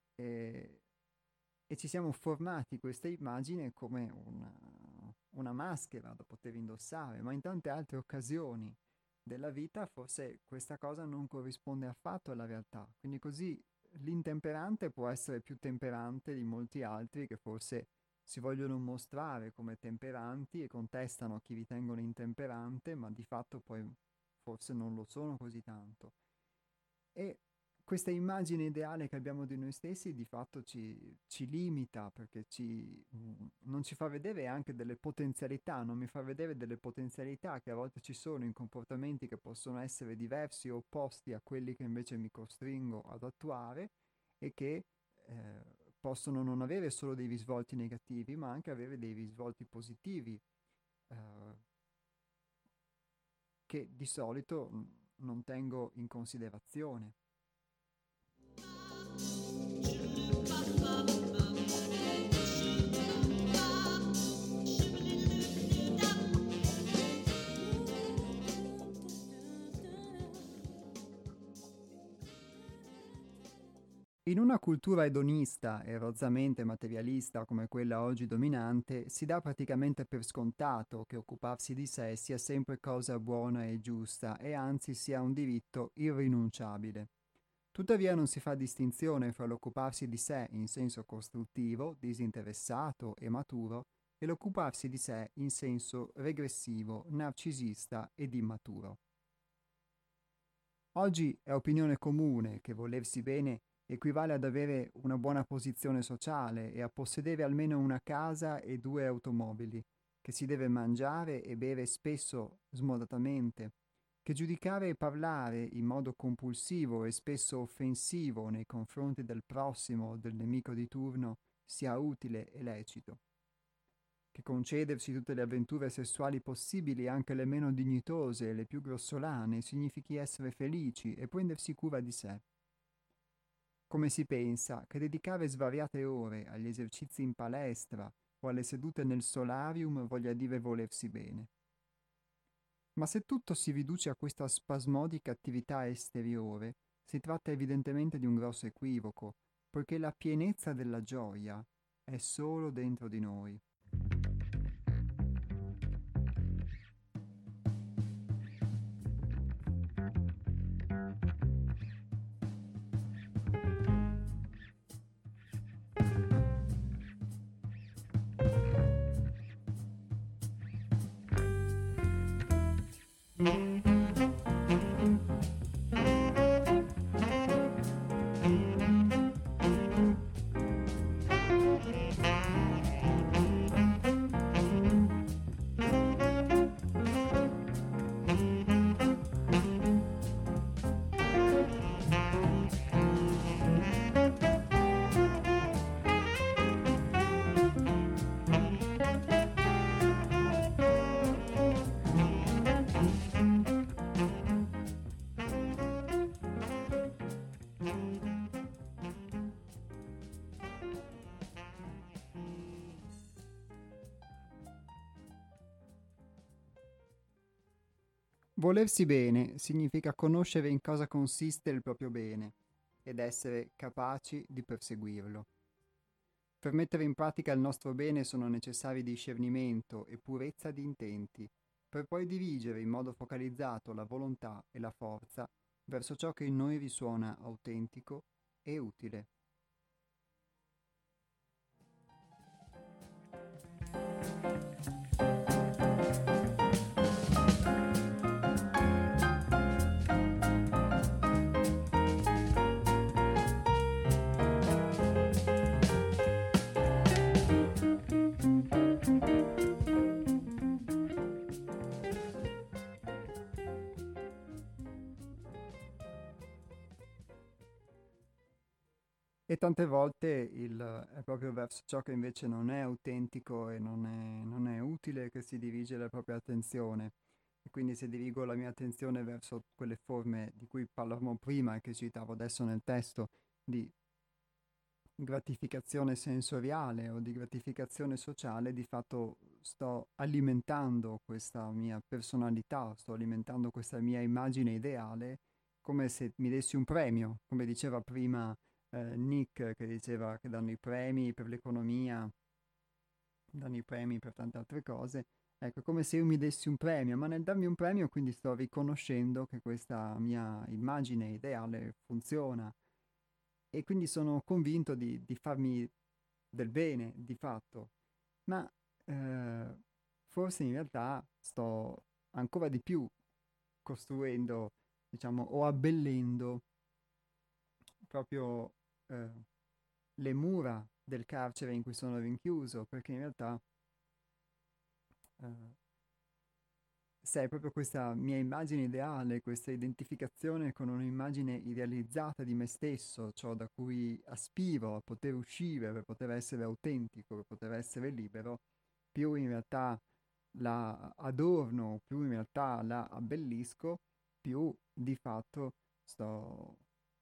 e ci siamo formati questa immagine come una maschera da poter indossare, ma in tante altre occasioni della vita forse questa cosa non corrisponde affatto alla realtà. Quindi così l'intemperante può essere più temperante di molti altri che forse si vogliono mostrare come temperanti e contestano chi ritengono intemperante, ma di fatto poi forse non lo sono così tanto. E questa immagine ideale che abbiamo di noi stessi di fatto ci limita, perché non ci fa vedere anche delle potenzialità, non mi fa vedere delle potenzialità che a volte ci sono in comportamenti che possono essere diversi o opposti a quelli che invece mi costringo ad attuare, e che possono non avere solo dei risvolti negativi, ma anche avere dei risvolti positivi, che di solito non tengo in considerazione. In una cultura edonista e rozzamente materialista come quella oggi dominante, si dà praticamente per scontato che occuparsi di sé sia sempre cosa buona e giusta, e anzi sia un diritto irrinunciabile. Tuttavia non si fa distinzione fra l'occuparsi di sé in senso costruttivo, disinteressato e maturo, e l'occuparsi di sé in senso regressivo, narcisista ed immaturo. Oggi è opinione comune che volersi bene equivale ad avere una buona posizione sociale e a possedere almeno una casa e 2 automobili, che si deve mangiare e bere spesso smodatamente, che giudicare e parlare in modo compulsivo e spesso offensivo nei confronti del prossimo o del nemico di turno sia utile e lecito, che concedersi tutte le avventure sessuali possibili, anche le meno dignitose e le più grossolane, significhi essere felici e prendersi cura di sé. Come si pensa che dedicare svariate ore agli esercizi in palestra o alle sedute nel solarium voglia dire volersi bene. Ma se tutto si riduce a questa spasmodica attività esteriore, si tratta evidentemente di un grosso equivoco, poiché la pienezza della gioia è solo dentro di noi. Volersi bene significa conoscere in cosa consiste il proprio bene ed essere capaci di perseguirlo. Per mettere in pratica il nostro bene sono necessari discernimento e purezza di intenti, per poi dirigere in modo focalizzato la volontà e la forza verso ciò che in noi risuona autentico e utile. E tante volte è proprio verso ciò che invece non è autentico e non è utile che si dirige la propria attenzione. E quindi se dirigo la mia attenzione verso quelle forme di cui parlavamo prima e che citavo adesso nel testo, di gratificazione sensoriale o di gratificazione sociale, di fatto sto alimentando questa mia personalità, sto alimentando questa mia immagine ideale come se mi dessi un premio, come diceva prima Nick, che diceva che danno i premi per l'economia, danno i premi per tante altre cose. Ecco, è come se io mi dessi un premio, ma nel darmi un premio quindi sto riconoscendo che questa mia immagine ideale funziona e quindi sono convinto di farmi del bene, di fatto. Ma eh, forse in realtà sto ancora di più costruendo, diciamo, o abbellendo proprio eh, le mura del carcere in cui sono rinchiuso, perché in realtà eh, se è proprio questa mia immagine ideale, questa identificazione con un'immagine idealizzata di me stesso, ciò da cui aspiro a poter uscire, per poter essere autentico, per poter essere libero, più in realtà la adorno, più in realtà la abbellisco, più di fatto sto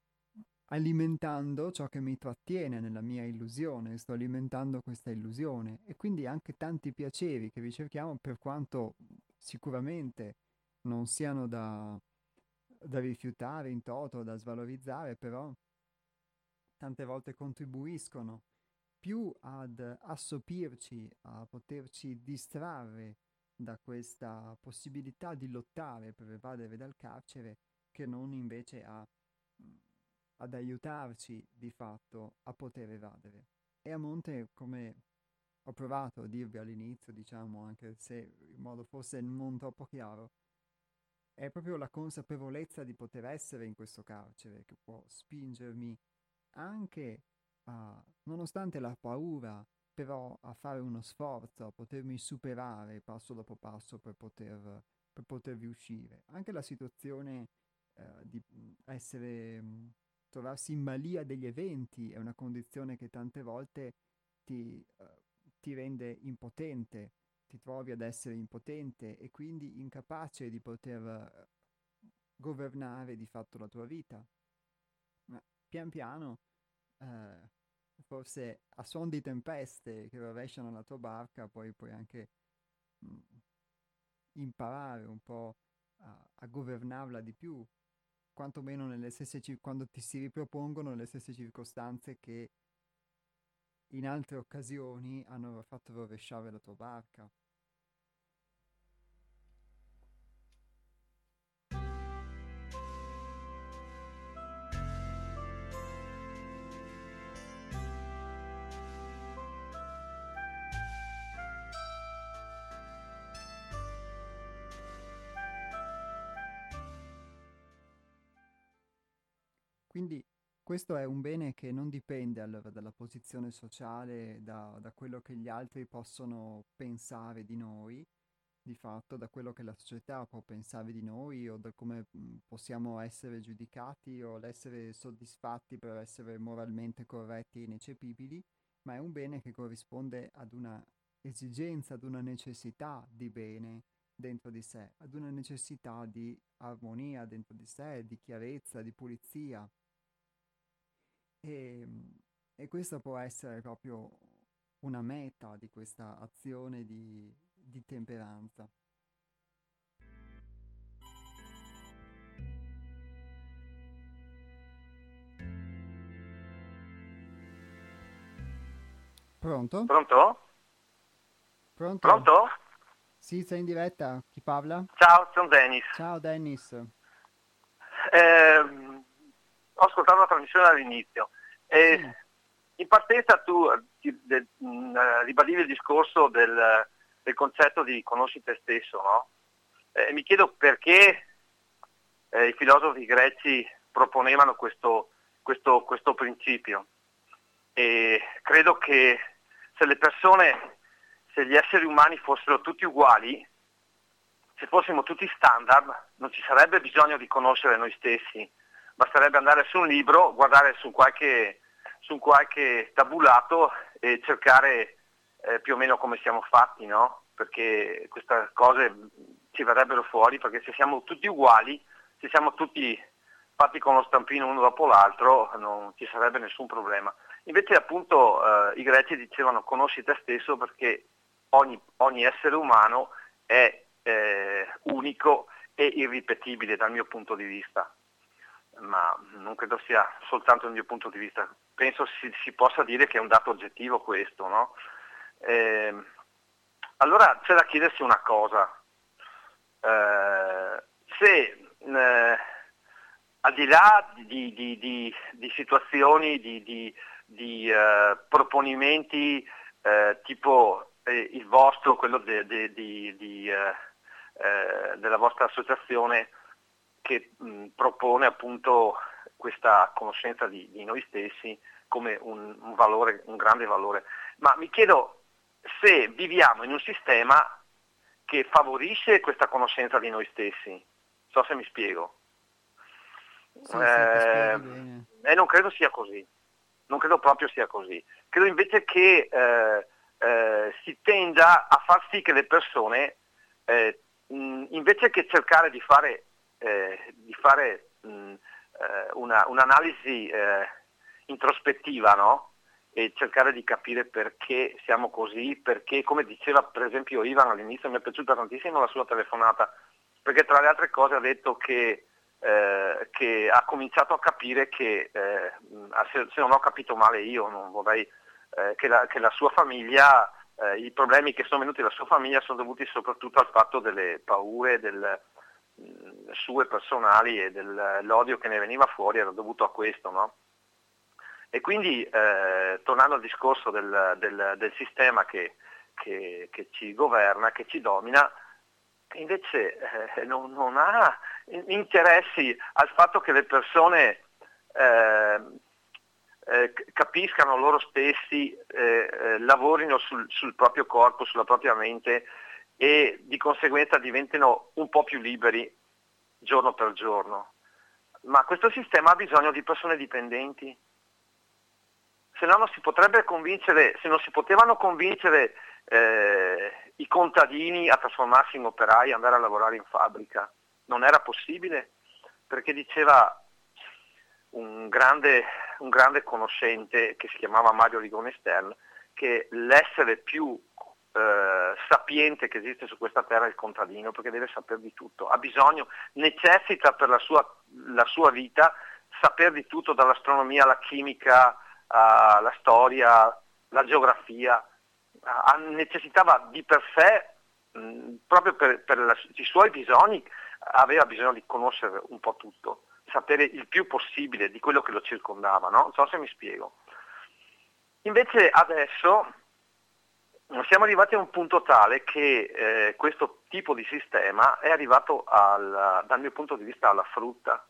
alimentando ciò che mi trattiene nella mia illusione, sto alimentando questa illusione e quindi anche tanti piaceri che ricerchiamo, per quanto sicuramente non siano da rifiutare in toto, da svalorizzare, però tante volte contribuiscono più ad assopirci, a poterci distrarre da questa possibilità di lottare per evadere dal carcere, che non invece ad aiutarci di fatto a poter evadere. E a monte, come ho provato a dirvi all'inizio, diciamo, anche se in modo forse non troppo chiaro, è proprio la consapevolezza di poter essere in questo carcere che può spingermi anche a, nonostante la paura, però a fare uno sforzo, a potermi superare passo dopo passo per potervi uscire. Anche la situazione di essere, trovarsi in balia degli eventi è una condizione che tante volte ti rende impotente, ti trovi ad essere impotente e quindi incapace di poter governare di fatto la tua vita. Ma pian piano, eh, forse a suon di tempeste che rovesciano la tua barca, poi puoi anche mh, imparare un po' a governarla di più, quantomeno quando ti si ripropongono le stesse circostanze che in altre occasioni hanno fatto rovesciare la tua barca. Quindi questo è un bene che non dipende allora dalla posizione sociale, da quello che gli altri possono pensare di noi, di fatto, da quello che la società può pensare di noi o da come possiamo essere giudicati o l'essere soddisfatti per essere moralmente corretti e ineccepibili, ma è un bene che corrisponde ad una esigenza, ad una necessità di bene dentro di sé, ad una necessità di armonia dentro di sé, di chiarezza, di pulizia. E, e questa può essere proprio una meta di questa azione di temperanza. Pronto? Pronto? Pronto? Pronto? Sì, sei in diretta. Chi parla? Ciao, sono Dennis. Ciao Dennis. Ho ascoltato la trasmissione dall'inizio. Sì. In partenza tu ribadivi il discorso del concetto di conosci te stesso, no? Mi chiedo perché i filosofi greci proponevano questo principio. E credo che se gli esseri umani fossero tutti uguali, se fossimo tutti standard, non ci sarebbe bisogno di conoscere noi stessi, basterebbe andare su un libro, guardare su qualche tabulato e cercare più o meno come siamo fatti, no? Perché queste cose ci verrebbero fuori, perché se siamo tutti uguali, se siamo tutti fatti con lo stampino uno dopo l'altro, non ci sarebbe nessun problema. Invece appunto i greci dicevano conosci te stesso perché ogni essere umano è unico e irripetibile dal mio punto di vista, ma non credo sia soltanto il mio punto di vista, penso si possa dire che è un dato oggettivo questo, no? Allora c'è da chiedersi una cosa, se al di là di situazioni, di proponimenti tipo il vostro, quello della vostra associazione che propone appunto questa conoscenza di noi stessi come un valore, un grande valore. Ma mi chiedo se viviamo in un sistema che favorisce questa conoscenza di noi stessi. Non so se mi spiego. Sì, sì, ti spieghi bene. Non credo sia così. Non credo proprio sia così. Credo invece che si tenda a far sì che le persone, invece che cercare di fare un'analisi introspettiva, no? E cercare di capire perché siamo così, perché, come diceva per esempio Ivan all'inizio, mi è piaciuta tantissimo la sua telefonata, perché tra le altre cose ha detto che ha cominciato a capire che, se non ho capito male io, non vorrei che la sua famiglia, i problemi che sono venuti alla sua famiglia sono dovuti soprattutto al fatto delle paure sue personali e dell'odio che ne veniva fuori, era dovuto a questo, no? E quindi tornando al discorso del sistema che ci governa, che ci domina, invece non ha interessi al fatto che le persone capiscano loro stessi, lavorino sul proprio corpo, sulla propria mente e di conseguenza diventino un po' più liberi giorno per giorno. Ma questo sistema ha bisogno di persone dipendenti. Se no non si potrebbe convincere, se non si potevano convincere i contadini a trasformarsi in operai e andare a lavorare in fabbrica, non era possibile, perché diceva un grande conoscente che si chiamava Mario Rigone Stern che l'essere più sapiente che esiste su questa terra è il contadino, perché deve saper di tutto, ha bisogno, necessita per la sua vita saper di tutto, dall'astronomia alla chimica, alla storia, la geografia, necessitava di per sé, proprio per i suoi bisogni, aveva bisogno di conoscere un po' tutto, sapere il più possibile di quello che lo circondava, no? Non so se mi spiego. Invece adesso siamo arrivati a un punto tale che questo tipo di sistema è arrivato dal mio punto di vista alla frutta,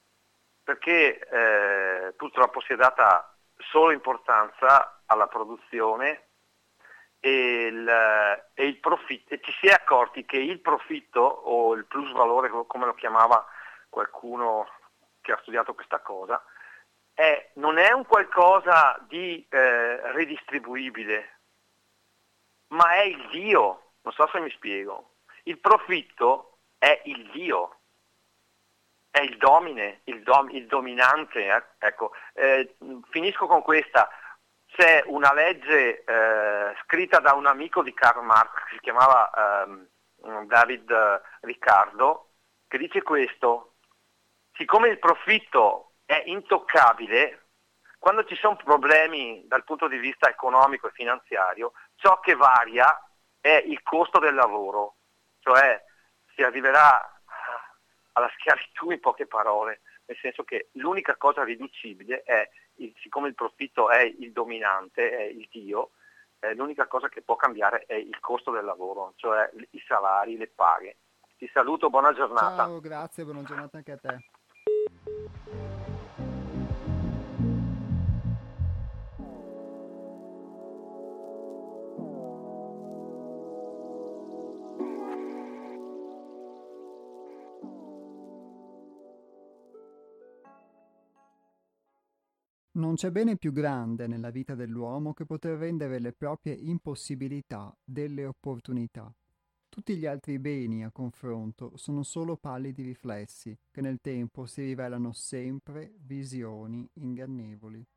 perché purtroppo si è data solo importanza alla produzione e il profitto, e ci si è accorti che il profitto o il plus valore, come lo chiamava qualcuno che ha studiato questa cosa, non è un qualcosa di ridistribuibile, ma è il Dio. Non so se mi spiego. Il profitto è il Dio, è il domine, il dominante. Ecco. Finisco con questa. C'è una legge scritta da un amico di Karl Marx che si chiamava David Riccardo, che dice questo: siccome il profitto è intoccabile, quando ci sono problemi dal punto di vista economico e finanziario, ciò che varia è il costo del lavoro, cioè si arriverà alla schiavitù in poche parole, nel senso che l'unica cosa riducibile è, siccome il profitto è il dominante, è il Dio, l'unica cosa che può cambiare è il costo del lavoro, cioè i salari, le paghe. Ti saluto, buona giornata. Ciao, grazie, buona giornata anche a te. Non c'è bene più grande nella vita dell'uomo che poter rendere le proprie impossibilità delle opportunità. Tutti gli altri beni a confronto sono solo pallidi riflessi, che nel tempo si rivelano sempre visioni ingannevoli.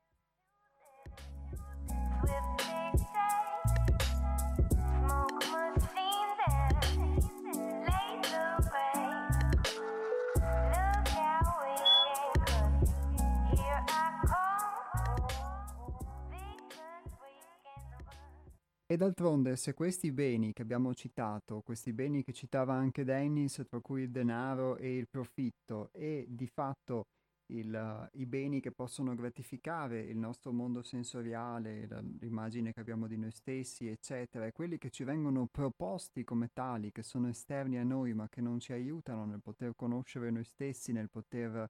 E d'altronde, se questi beni che abbiamo citato, questi beni che citava anche Dennis, tra cui il denaro e il profitto, e di fatto i beni che possono gratificare il nostro mondo sensoriale, l'immagine che abbiamo di noi stessi, eccetera, e quelli che ci vengono proposti come tali, che sono esterni a noi, ma che non ci aiutano nel poter conoscere noi stessi, nel poter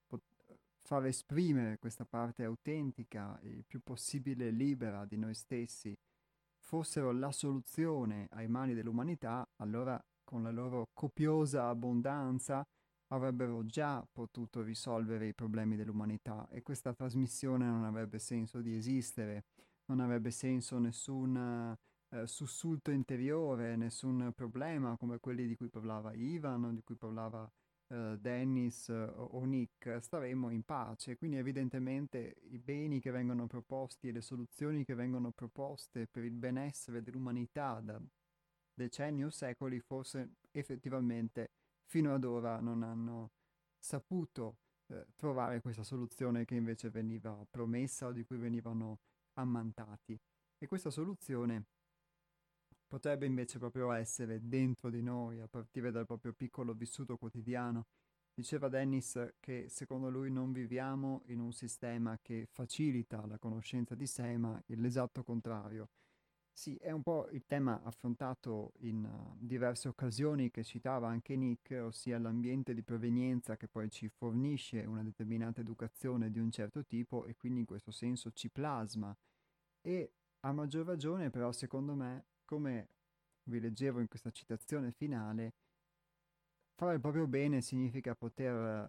far esprimere questa parte autentica e il più possibile libera di noi stessi, fossero la soluzione ai mali dell'umanità, allora con la loro copiosa abbondanza avrebbero già potuto risolvere i problemi dell'umanità e questa trasmissione non avrebbe senso di esistere, non avrebbe senso nessun sussulto interiore, nessun problema come quelli di cui parlava Ivan, di cui parlava Dennis o Nick, staremmo in pace. Quindi evidentemente i beni che vengono proposti e le soluzioni che vengono proposte per il benessere dell'umanità da decenni o secoli forse effettivamente fino ad ora non hanno saputo trovare questa soluzione che invece veniva promessa o di cui venivano ammantati. E questa soluzione potrebbe invece proprio essere dentro di noi, a partire dal proprio piccolo vissuto quotidiano. Diceva Dennis che secondo lui non viviamo in un sistema che facilita la conoscenza di sé, ma l'esatto contrario. Sì, è un po' il tema affrontato in diverse occasioni che citava anche Nick, ossia l'ambiente di provenienza che poi ci fornisce una determinata educazione di un certo tipo e quindi in questo senso ci plasma. E a maggior ragione però secondo me, come vi leggevo in questa citazione finale, fare il proprio bene significa poter,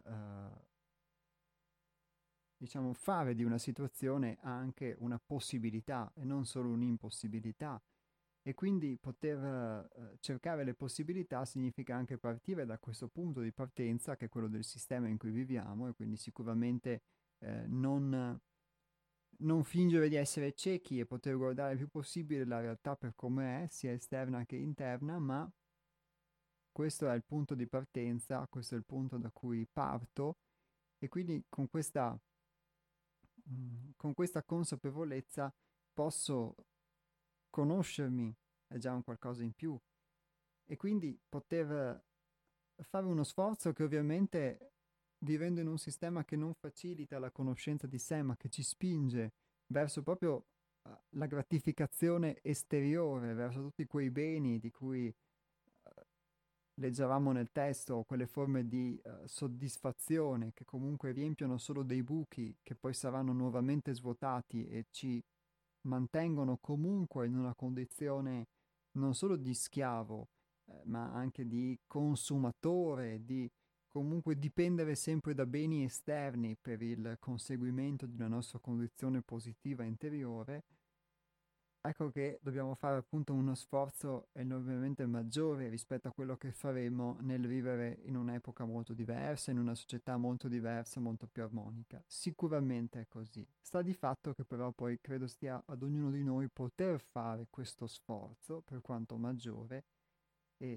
diciamo, fare di una situazione anche una possibilità e non solo un'impossibilità. E quindi poter cercare le possibilità significa anche partire da questo punto di partenza che è quello del sistema in cui viviamo e quindi sicuramente non fingere di essere ciechi e poter guardare il più possibile la realtà per come è, sia esterna che interna, ma questo è il punto di partenza, questo è il punto da cui parto e quindi con questa consapevolezza posso conoscermi, è già un qualcosa in più, e quindi poter fare uno sforzo che ovviamente vivendo in un sistema che non facilita la conoscenza di sé, ma che ci spinge verso proprio la gratificazione esteriore, verso tutti quei beni di cui leggevamo nel testo, quelle forme di soddisfazione che comunque riempiono solo dei buchi che poi saranno nuovamente svuotati e ci mantengono comunque in una condizione non solo di schiavo, ma anche di consumatore, di comunque dipendere sempre da beni esterni per il conseguimento di una nostra condizione positiva interiore, ecco che dobbiamo fare appunto uno sforzo enormemente maggiore rispetto a quello che faremo nel vivere in un'epoca molto diversa, in una società molto diversa, molto più armonica. Sicuramente è così. Sta di fatto che però poi credo stia ad ognuno di noi poter fare questo sforzo, per quanto maggiore,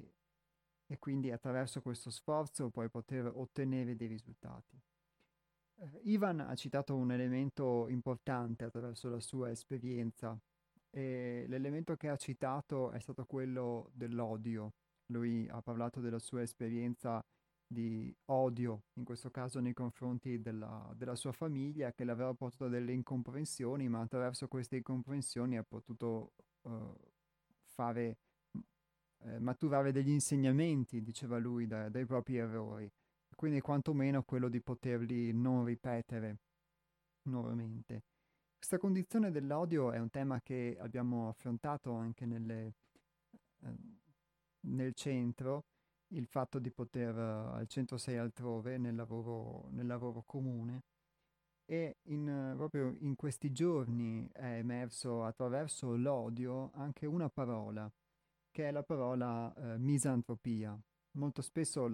e quindi attraverso questo sforzo poi poter ottenere dei risultati. Ivan ha citato un elemento importante attraverso la sua esperienza e l'elemento che ha citato è stato quello dell'odio. Lui ha parlato della sua esperienza di odio, in questo caso nei confronti della sua famiglia, che le aveva portato a delle incomprensioni, ma attraverso queste incomprensioni ha potuto fare maturare degli insegnamenti, diceva lui, dai propri errori. Quindi quantomeno quello di poterli non ripetere nuovamente. Questa condizione dell'odio è un tema che abbiamo affrontato anche eh, nel centro, il fatto di poter, al centro sei altrove, nel lavoro comune, e proprio in questi giorni è emerso attraverso l'odio anche una parola, che è la parola misantropia. Molto spesso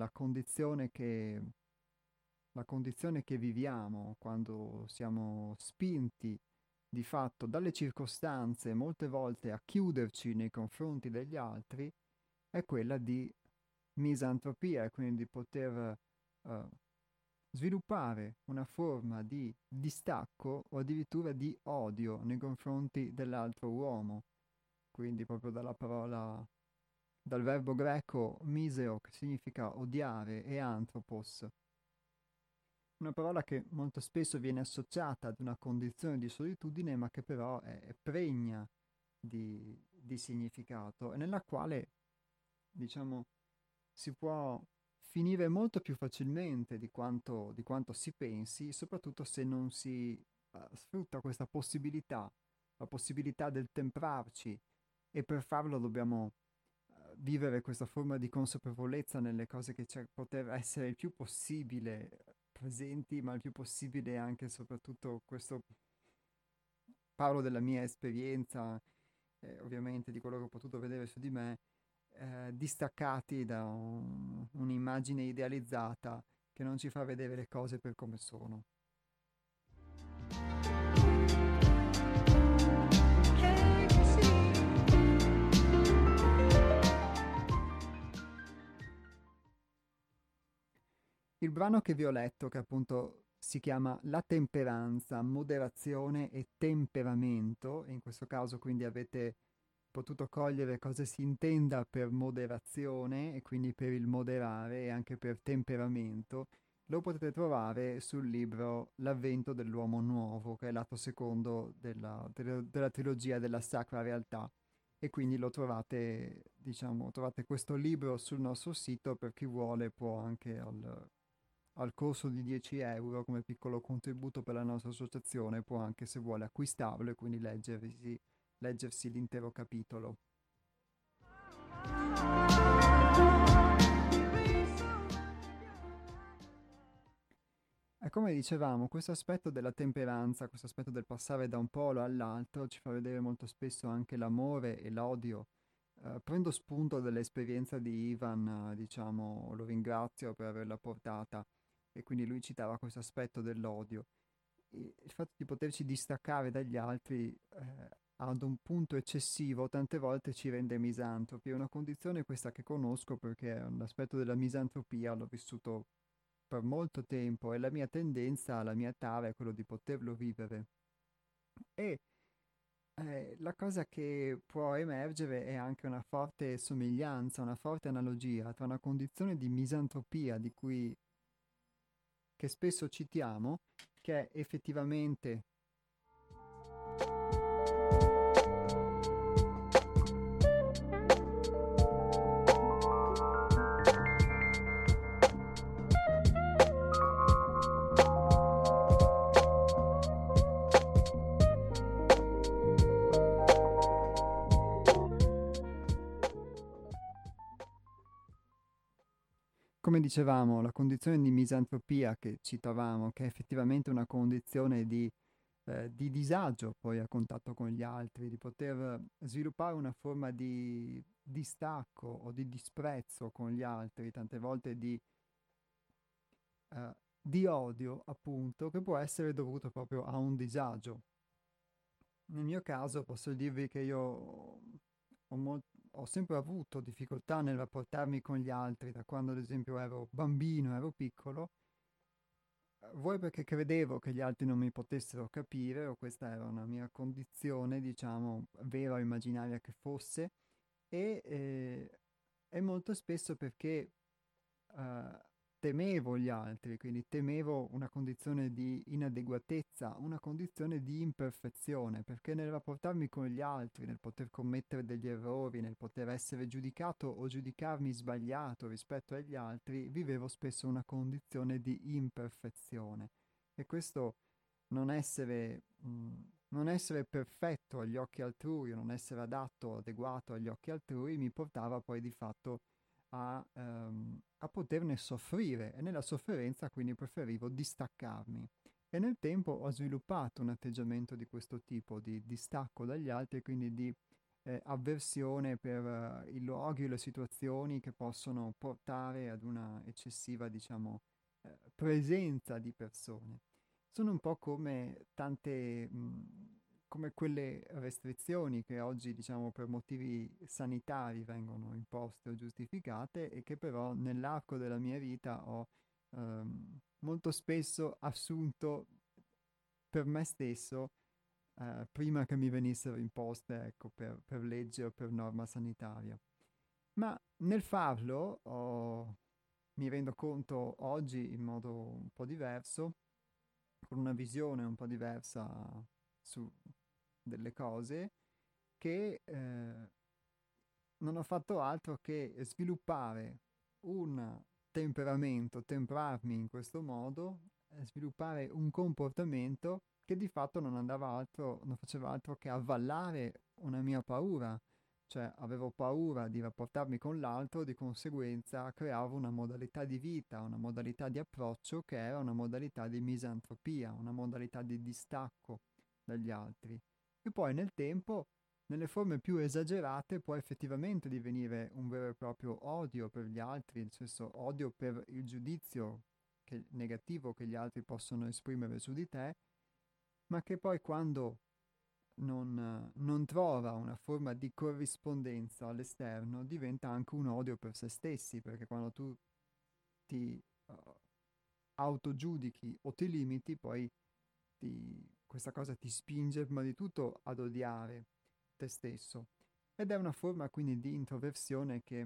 la condizione che viviamo quando siamo spinti di fatto dalle circostanze molte volte a chiuderci nei confronti degli altri è quella di misantropia e quindi di poter eh, sviluppare una forma di distacco o addirittura di odio nei confronti dell'altro uomo. Quindi proprio dal verbo greco miseo, che significa odiare, e anthropos, una parola che molto spesso viene associata ad una condizione di solitudine, ma che però è pregna di significato e nella quale, diciamo, si può finire molto più facilmente di quanto si pensi, soprattutto se non si sfrutta questa possibilità, la possibilità del temprarci, e per farlo dobbiamo vivere questa forma di consapevolezza nelle cose che poter essere il più possibile presenti, ma il più possibile anche e soprattutto questo, parlo della mia esperienza, ovviamente di quello che ho potuto vedere su di me, distaccati da un'immagine idealizzata che non ci fa vedere le cose per come sono. Il brano che vi ho letto, che appunto si chiama La temperanza, moderazione e temperamento, e in questo caso quindi avete potuto cogliere cosa si intenda per moderazione e quindi per il moderare e anche per temperamento, lo potete trovare sul libro L'avvento dell'uomo nuovo, che è l'atto secondo della trilogia della Sacra Realtà. E quindi lo trovate, diciamo, trovate questo libro sul nostro sito, per chi vuole può anche al corso di 10 euro come piccolo contributo per la nostra associazione, può anche se vuole acquistarlo e quindi leggersi l'intero capitolo. E come dicevamo, questo aspetto della temperanza, questo aspetto del passare da un polo all'altro ci fa vedere molto spesso anche l'amore e l'odio. Prendo spunto dall'esperienza di Ivan, diciamo, lo ringrazio per averla portata, e quindi lui citava questo aspetto dell'odio. E il fatto di poterci distaccare dagli altri ad un punto eccessivo tante volte ci rende misantropi. È una condizione questa che conosco perché l'aspetto della misantropia l'ho vissuto per molto tempo e la mia tendenza, la mia tara è quello di poterlo vivere. E la cosa che può emergere è anche una forte somiglianza, una forte analogia tra una condizione di misantropia che spesso citiamo, che è effettivamente come dicevamo, la condizione di misantropia che citavamo, che è effettivamente una condizione di disagio poi a contatto con gli altri, di poter sviluppare una forma di distacco o di disprezzo con gli altri, tante volte di odio, appunto, che può essere dovuto proprio a un disagio. Nel mio caso posso dirvi che io ho sempre avuto difficoltà nel rapportarmi con gli altri, da quando ad esempio ero bambino, ero piccolo, vuoi perché credevo che gli altri non mi potessero capire, o questa era una mia condizione, diciamo, vera o immaginaria che fosse, e molto spesso perché eh, temevo gli altri, quindi temevo una condizione di inadeguatezza, una condizione di imperfezione, perché nel rapportarmi con gli altri, nel poter commettere degli errori, nel poter essere giudicato o giudicarmi sbagliato rispetto agli altri, vivevo spesso una condizione di imperfezione. E questo non essere, non essere perfetto agli occhi altrui, non essere adatto o adeguato agli occhi altrui, mi portava poi di fatto a poterne soffrire, e nella sofferenza quindi preferivo distaccarmi. E nel tempo ho sviluppato un atteggiamento di questo tipo, di distacco dagli altri, e quindi di avversione per i luoghi o le situazioni che possono portare ad una eccessiva, diciamo, presenza di persone. Sono un po' come tante, come quelle restrizioni che oggi, diciamo, per motivi sanitari vengono imposte o giustificate, e che però nell'arco della mia vita ho molto spesso assunto per me stesso, prima che mi venissero imposte, ecco, per legge o per norma sanitaria. Ma nel farlo mi rendo conto oggi in modo un po' diverso, con una visione un po' diversa su delle cose, che non ho fatto altro che sviluppare un temperamento, temprarmi in questo modo, sviluppare un comportamento che di fatto non andava altro, non faceva altro che avvallare una mia paura. Cioè avevo paura di rapportarmi con l'altro, di conseguenza creavo una modalità di vita, una modalità di approccio che era una modalità di misantropia, una modalità di distacco dagli altri. E poi nel tempo, nelle forme più esagerate, può effettivamente divenire un vero e proprio odio per gli altri, nel senso odio per il giudizio negativo che gli altri possono esprimere su di te, ma che poi quando non trova una forma di corrispondenza all'esterno, diventa anche un odio per se stessi, perché quando tu ti autogiudichi o ti limiti, poi questa cosa ti spinge prima di tutto ad odiare te stesso. Ed è una forma quindi di introversione che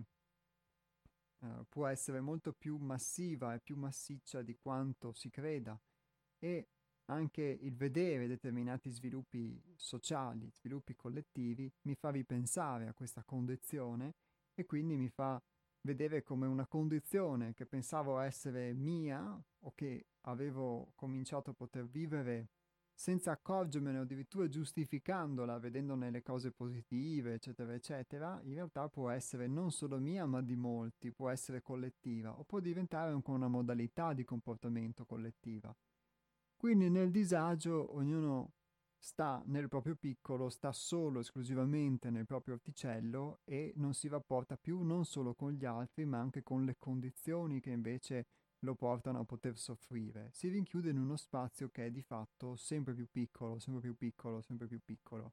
può essere molto più massiva e più massiccia di quanto si creda, e anche il vedere determinati sviluppi sociali, sviluppi collettivi, mi fa ripensare a questa condizione, e quindi mi fa vedere come una condizione che pensavo essere mia, o che avevo cominciato a poter vivere senza accorgermene, o addirittura giustificandola, vedendone le cose positive, eccetera, eccetera, in realtà può essere non solo mia, ma di molti, può essere collettiva, o può diventare anche una modalità di comportamento collettiva. Quindi nel disagio ognuno sta nel proprio piccolo, sta solo esclusivamente nel proprio orticello, e non si rapporta più non solo con gli altri, ma anche con le condizioni che invece lo portano a poter soffrire. Si rinchiude in uno spazio che è di fatto sempre più piccolo, sempre più piccolo, sempre più piccolo,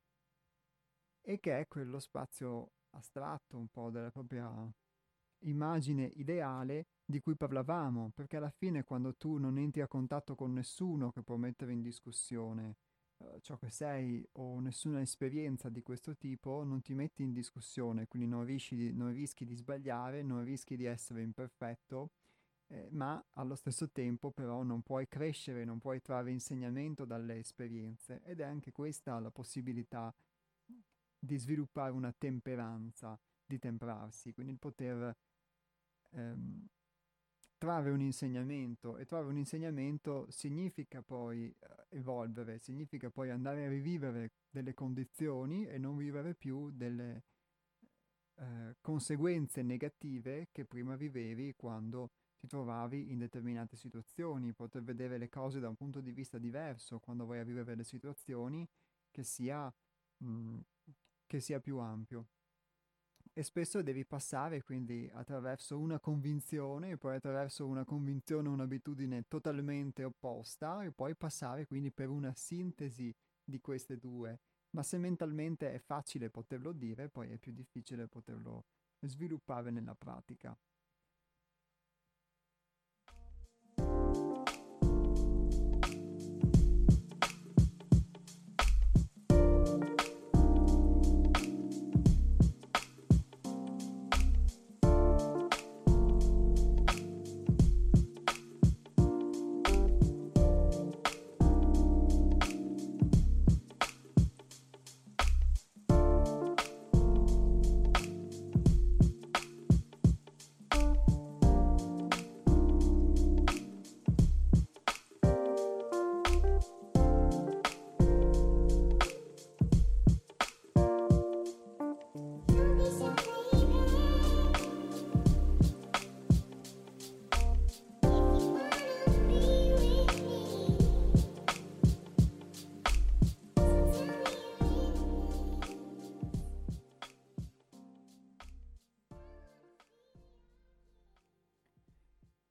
e che è quello spazio astratto un po' della propria immagine ideale di cui parlavamo, perché alla fine quando tu non entri a contatto con nessuno che può mettere in discussione ciò che sei, o nessuna esperienza di questo tipo, non ti metti in discussione, quindi non rischi di sbagliare, non rischi di essere imperfetto, ma allo stesso tempo però non puoi crescere, non puoi trarre insegnamento dalle esperienze, ed è anche questa la possibilità di sviluppare una temperanza, di temprarsi, quindi il poter ehm, trarre un insegnamento, e trarre un insegnamento significa poi evolvere, significa poi andare a rivivere delle condizioni e non vivere più delle conseguenze negative che prima vivevi quando ti trovavi in determinate situazioni, poter vedere le cose da un punto di vista diverso quando vai a vivere le situazioni, che sia, mh, che sia più ampio. E spesso devi passare quindi attraverso una convinzione, e poi attraverso una convinzione, un'abitudine totalmente opposta, e poi passare quindi per una sintesi di queste due. Ma se mentalmente è facile poterlo dire, poi è più difficile poterlo sviluppare nella pratica.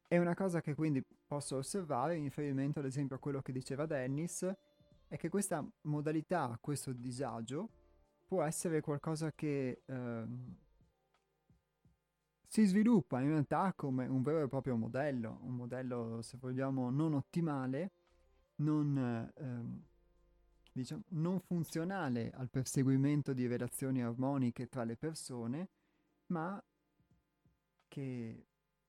E una cosa che quindi posso osservare in riferimento ad esempio a quello che diceva Dennis è che questa modalità, questo disagio, può essere qualcosa che si sviluppa in realtà come un vero e proprio modello, un modello se vogliamo non ottimale, diciamo, non funzionale al perseguimento di relazioni armoniche tra le persone, ma che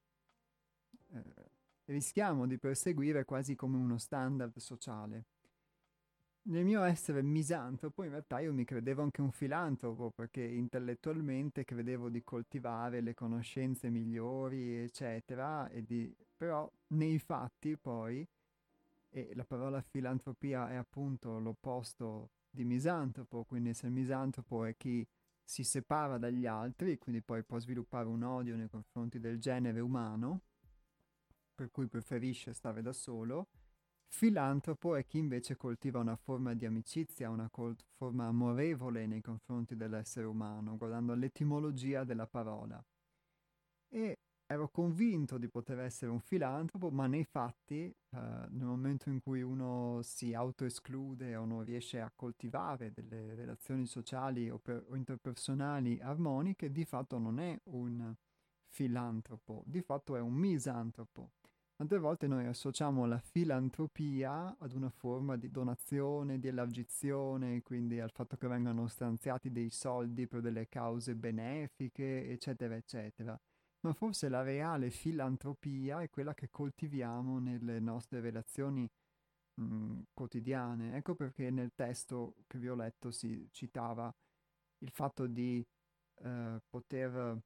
rischiamo di perseguire quasi come uno standard sociale. Nel mio essere misantropo, in realtà io mi credevo anche un filantropo, perché intellettualmente credevo di coltivare le conoscenze migliori, eccetera, però nei fatti poi, e la parola filantropia è appunto l'opposto di misantropo, quindi se il misantropo è chi si separa dagli altri, quindi poi può sviluppare un odio nei confronti del genere umano, per cui preferisce stare da solo. Filantropo è chi invece coltiva una forma di amicizia, una forma amorevole nei confronti dell'essere umano, guardando l'etimologia della parola. E ero convinto di poter essere un filantropo, ma nei fatti, nel momento in cui uno si autoesclude o non riesce a coltivare delle relazioni sociali o interpersonali armoniche, di fatto non è un filantropo, di fatto è un misantropo. Tante volte noi associamo la filantropia ad una forma di donazione, di elargizione, quindi al fatto che vengano stanziati dei soldi per delle cause benefiche, eccetera, eccetera. Ma forse la reale filantropia è quella che coltiviamo nelle nostre relazioni quotidiane. Ecco perché nel testo che vi ho letto si citava il fatto di poter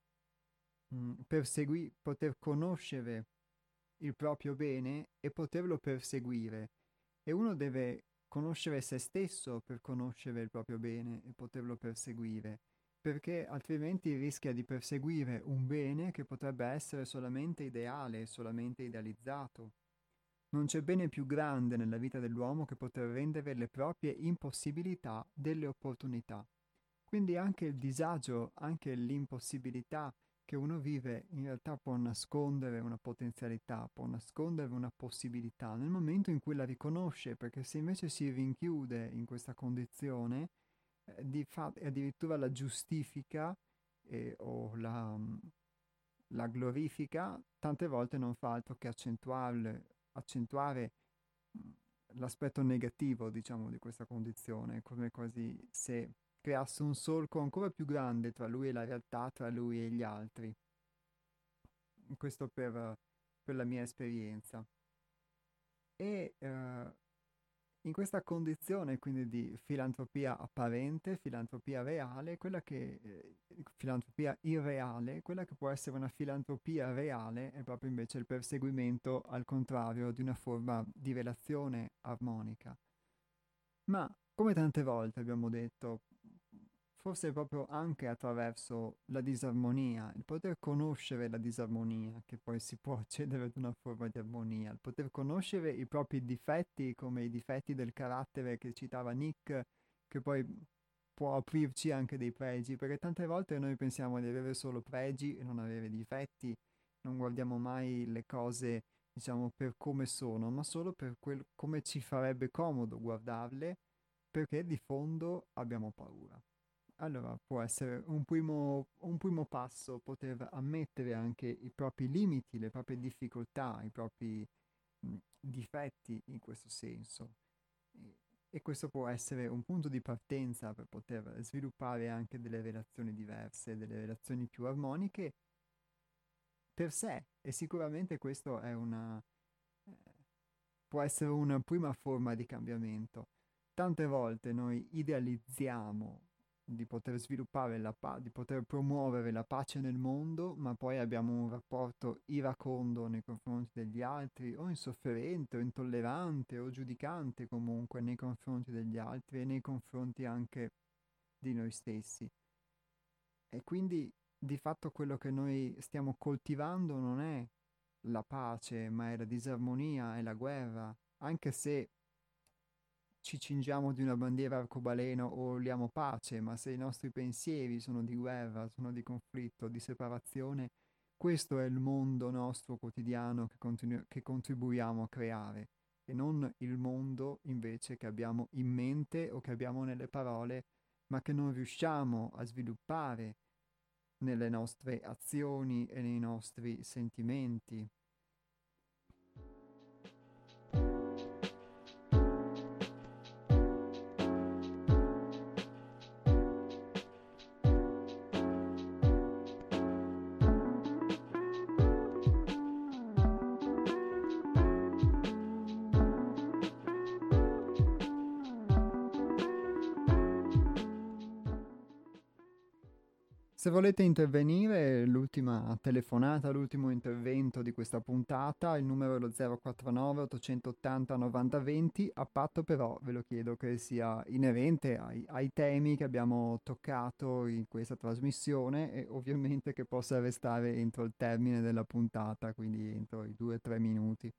poter conoscere il proprio bene e poterlo perseguire. E uno deve conoscere se stesso per conoscere il proprio bene e poterlo perseguire, perché altrimenti rischia di perseguire un bene che potrebbe essere solamente ideale, solamente idealizzato. Non c'è bene più grande nella vita dell'uomo che poter rendere le proprie impossibilità delle opportunità. Quindi anche il disagio, anche l'impossibilità che uno vive in realtà può nascondere una potenzialità, può nascondere una possibilità nel momento in cui la riconosce, perché se invece si rinchiude in questa condizione, e addirittura la giustifica o la glorifica, tante volte non fa altro che accentuare mh, l'aspetto negativo, diciamo, di questa condizione, come quasi se creasse un solco ancora più grande tra lui e la realtà, tra lui e gli altri. Questo per la mia esperienza. E in questa condizione quindi di filantropia apparente, filantropia reale, filantropia irreale, quella che può essere una filantropia reale è proprio invece il perseguimento, al contrario, di una forma di relazione armonica. Ma come tante volte abbiamo detto, forse proprio anche attraverso la disarmonia, il poter conoscere la disarmonia, che poi si può accedere ad una forma di armonia, il poter conoscere i propri difetti, come i difetti del carattere che citava Nick, che poi può aprirci anche dei pregi, perché tante volte noi pensiamo di avere solo pregi e non avere difetti, non guardiamo mai le cose, diciamo, per come sono, ma solo per come ci farebbe comodo guardarle, perché di fondo abbiamo paura. Allora può essere un primo passo poter ammettere anche i propri limiti, le proprie difficoltà, i propri difetti in questo senso. E questo può essere un punto di partenza per poter sviluppare anche delle relazioni diverse, delle relazioni più armoniche per sé. E sicuramente questo è può essere una prima forma di cambiamento. Tante volte noi idealizziamo di poter sviluppare di poter promuovere la pace nel mondo, ma poi abbiamo un rapporto iracondo nei confronti degli altri, o insofferente, o intollerante, o giudicante comunque nei confronti degli altri e nei confronti anche di noi stessi. E quindi di fatto quello che noi stiamo coltivando non è la pace, ma è la disarmonia, è la guerra, anche se ci cingiamo di una bandiera arcobaleno o urliamo pace, ma se i nostri pensieri sono di guerra, sono di conflitto, di separazione, questo è il mondo nostro quotidiano che contribuiamo a creare, e non il mondo invece che abbiamo in mente o che abbiamo nelle parole, ma che non riusciamo a sviluppare nelle nostre azioni e nei nostri sentimenti. Se volete intervenire, l'ultima telefonata, l'ultimo intervento di questa puntata, il numero è lo 049 880 9020, a patto però, ve lo chiedo, che sia inerente ai temi che abbiamo toccato in questa trasmissione e ovviamente che possa restare entro il termine della puntata, quindi entro i 2-3 minuti.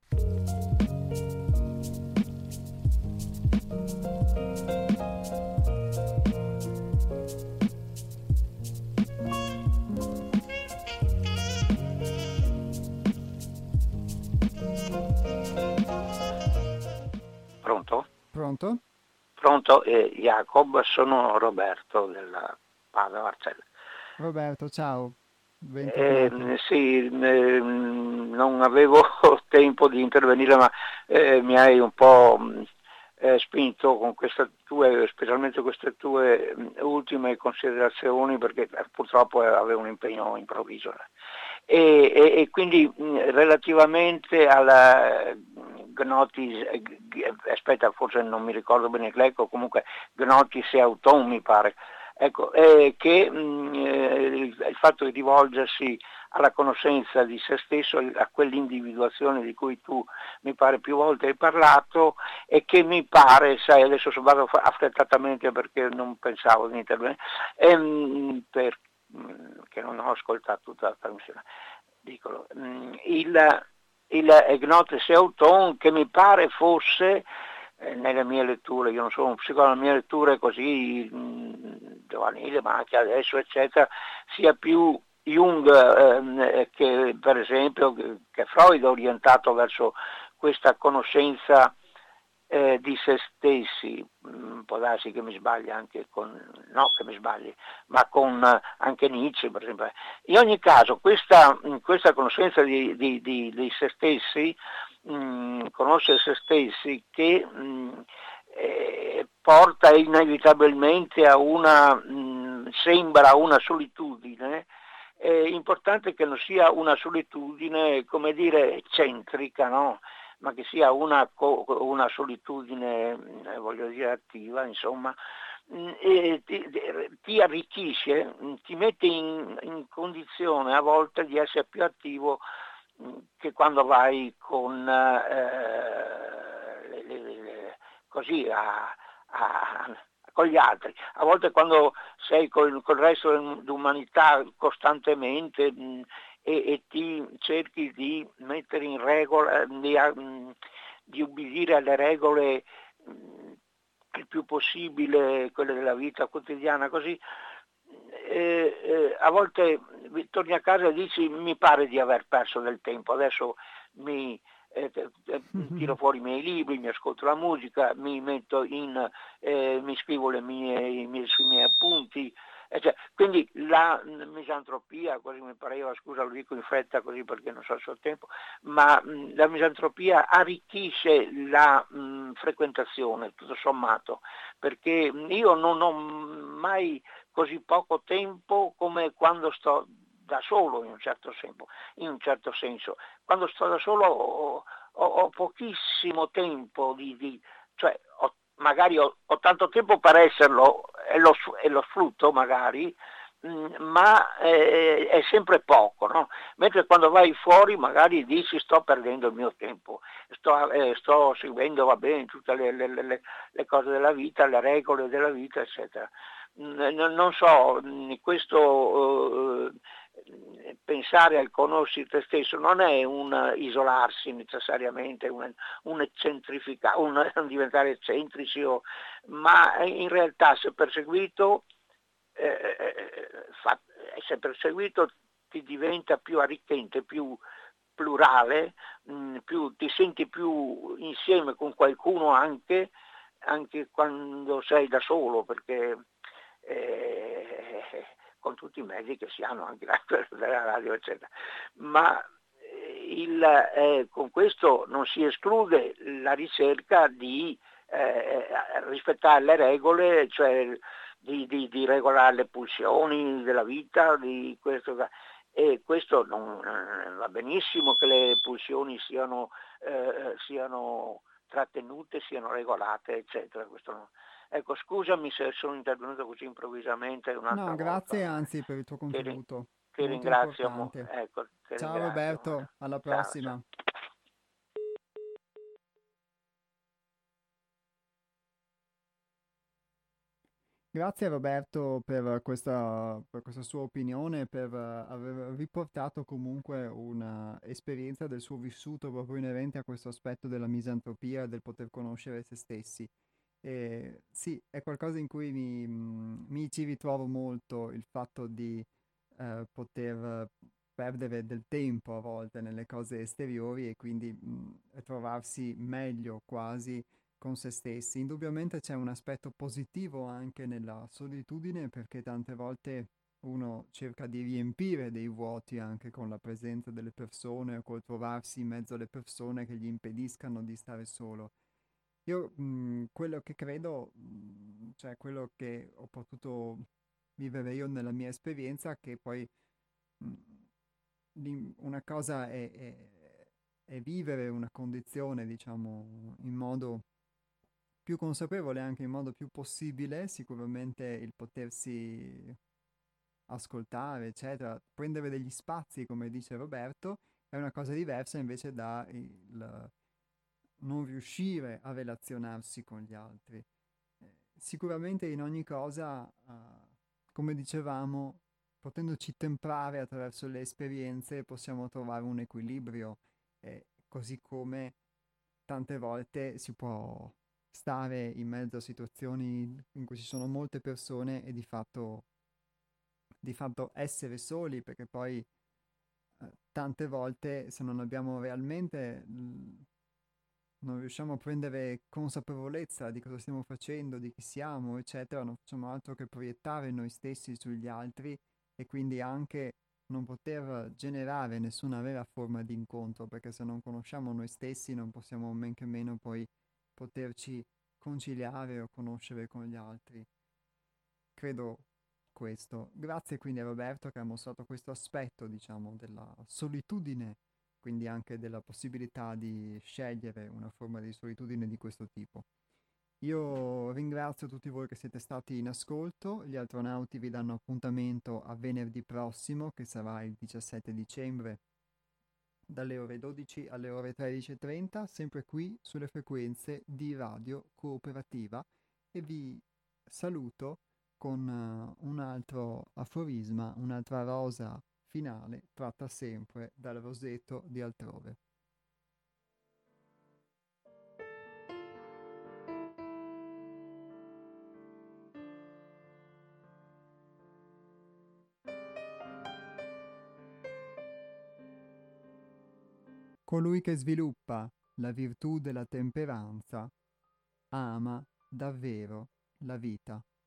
Pronto? Pronto? Pronto, Jacob, sono Roberto della Padova Marcella. Roberto, ciao. Bentornato. Sì, non avevo tempo di intervenire, ma mi hai un po' spinto con specialmente queste tue ultime considerazioni, perché purtroppo avevo un impegno improvviso. E quindi relativamente alla Gnotis, aspetta, forse non mi ricordo bene il greco, comunque Gnotis e Auton mi pare, ecco, che il fatto di rivolgersi alla conoscenza di se stesso, a quell'individuazione di cui tu mi pare più volte hai parlato, e che mi pare, sai, adesso vado affrettatamente perché non pensavo di intervenire, perché non ho ascoltato tutta la trasmissione, dico, il Gnotis e Auton, che mi pare fosse, nelle mie letture, io non sono un psicologo, le mie letture così giovanili, ma anche adesso eccetera, sia più Jung che per esempio che Freud, orientato verso questa conoscenza di se stessi. Può darsi che mi sbagli anche che mi sbagli, ma con anche Nietzsche per esempio. In ogni caso questa conoscenza di se stessi, conoscere se stessi, che porta inevitabilmente a sembra una solitudine. È importante che non sia una solitudine, come dire, eccentrica, no? Ma che sia una solitudine, voglio dire, attiva, insomma, e ti arricchisce, ti mette in condizione a volte di essere più attivo che quando vai con così con gli altri. A volte quando sei col resto dell'umanità costantemente e ti cerchi di mettere in regola, di ubbidire alle regole il più possibile, quelle della vita quotidiana, così a volte torni a casa e dici: mi pare di aver perso del tempo, adesso mi tiro fuori i miei libri, mi ascolto la musica, mi scrivo sui miei appunti, quindi la misantropia, così mi pareva, scusa lo dico in fretta così perché non so se ho tempo, ma la misantropia arricchisce la frequentazione, tutto sommato, perché io non ho mai così poco tempo come quando sto da solo, in un certo senso. Quando sto da solo ho pochissimo tempo cioè magari ho tanto tempo per esserlo e lo sfrutto magari, ma è sempre poco, no? Mentre quando vai fuori magari dici: sto perdendo il mio tempo, sto seguendo, va bene, tutte le cose della vita, le regole della vita, eccetera. Non so, questo pensare al conoscere te stesso non è un isolarsi necessariamente, un diventare eccentrici, ma in realtà se perseguito ti diventa più arricchente, più plurale, ti senti più insieme con qualcuno anche quando sei da solo, perché con tutti i mezzi che si hanno, anche della radio eccetera, ma con questo non si esclude la ricerca di rispettare le regole, cioè di regolare le pulsioni della vita, di questo. E questo non va benissimo che le pulsioni siano trattenute, siano regolate, eccetera. Questo no. Ecco, scusami se sono intervenuto così improvvisamente un'altra No, grazie volta. anzi per il tuo contributo, Ti molto ringrazio, importante. ecco, ti Ciao ringrazio. Roberto, alla Ciao, prossima. ciao. Grazie Roberto per questa sua opinione, per aver riportato comunque un'esperienza del suo vissuto proprio inerente a questo aspetto della misantropia e del poter conoscere se stessi. E sì, è qualcosa in cui mi ci ritrovo molto, il fatto di poter perdere del tempo a volte nelle cose esteriori e quindi trovarsi meglio quasi con se stessi. Indubbiamente c'è un aspetto positivo anche nella solitudine perché tante volte uno cerca di riempire dei vuoti anche con la presenza delle persone o col trovarsi in mezzo alle persone che gli impediscano di stare solo. Io quello che credo, cioè quello che ho potuto vivere io nella mia esperienza, che poi mh, una cosa è vivere una condizione, diciamo, in modo più consapevole, anche in modo più possibile, sicuramente il potersi ascoltare, eccetera, prendere degli spazi, come dice Roberto, è una cosa diversa invece da il non riuscire a relazionarsi con gli altri. Sicuramente in ogni cosa, come dicevamo, potendoci temprare attraverso le esperienze, possiamo trovare un equilibrio, così come tante volte si può stare in mezzo a situazioni in cui ci sono molte persone e di fatto essere soli, perché poi tante volte se non abbiamo realmente non riusciamo a prendere consapevolezza di cosa stiamo facendo, di chi siamo, eccetera, non facciamo altro che proiettare noi stessi sugli altri e quindi anche non poter generare nessuna vera forma di incontro, perché se non conosciamo noi stessi non possiamo men che meno poi poterci conciliare o conoscere con gli altri. Credo questo. Grazie quindi a Roberto che ha mostrato questo aspetto, diciamo, della solitudine, quindi anche della possibilità di scegliere una forma di solitudine di questo tipo. Io ringrazio tutti voi che siete stati in ascolto, gli astronauti vi danno appuntamento a venerdì prossimo, che sarà il 17 dicembre, dalle ore 12 alle ore 13:30, sempre qui sulle frequenze di Radio Cooperativa e vi saluto con un altro aforisma, un'altra rosa finale tratta sempre dal roseto di altrove. Colui che sviluppa la virtù della temperanza ama davvero la vita.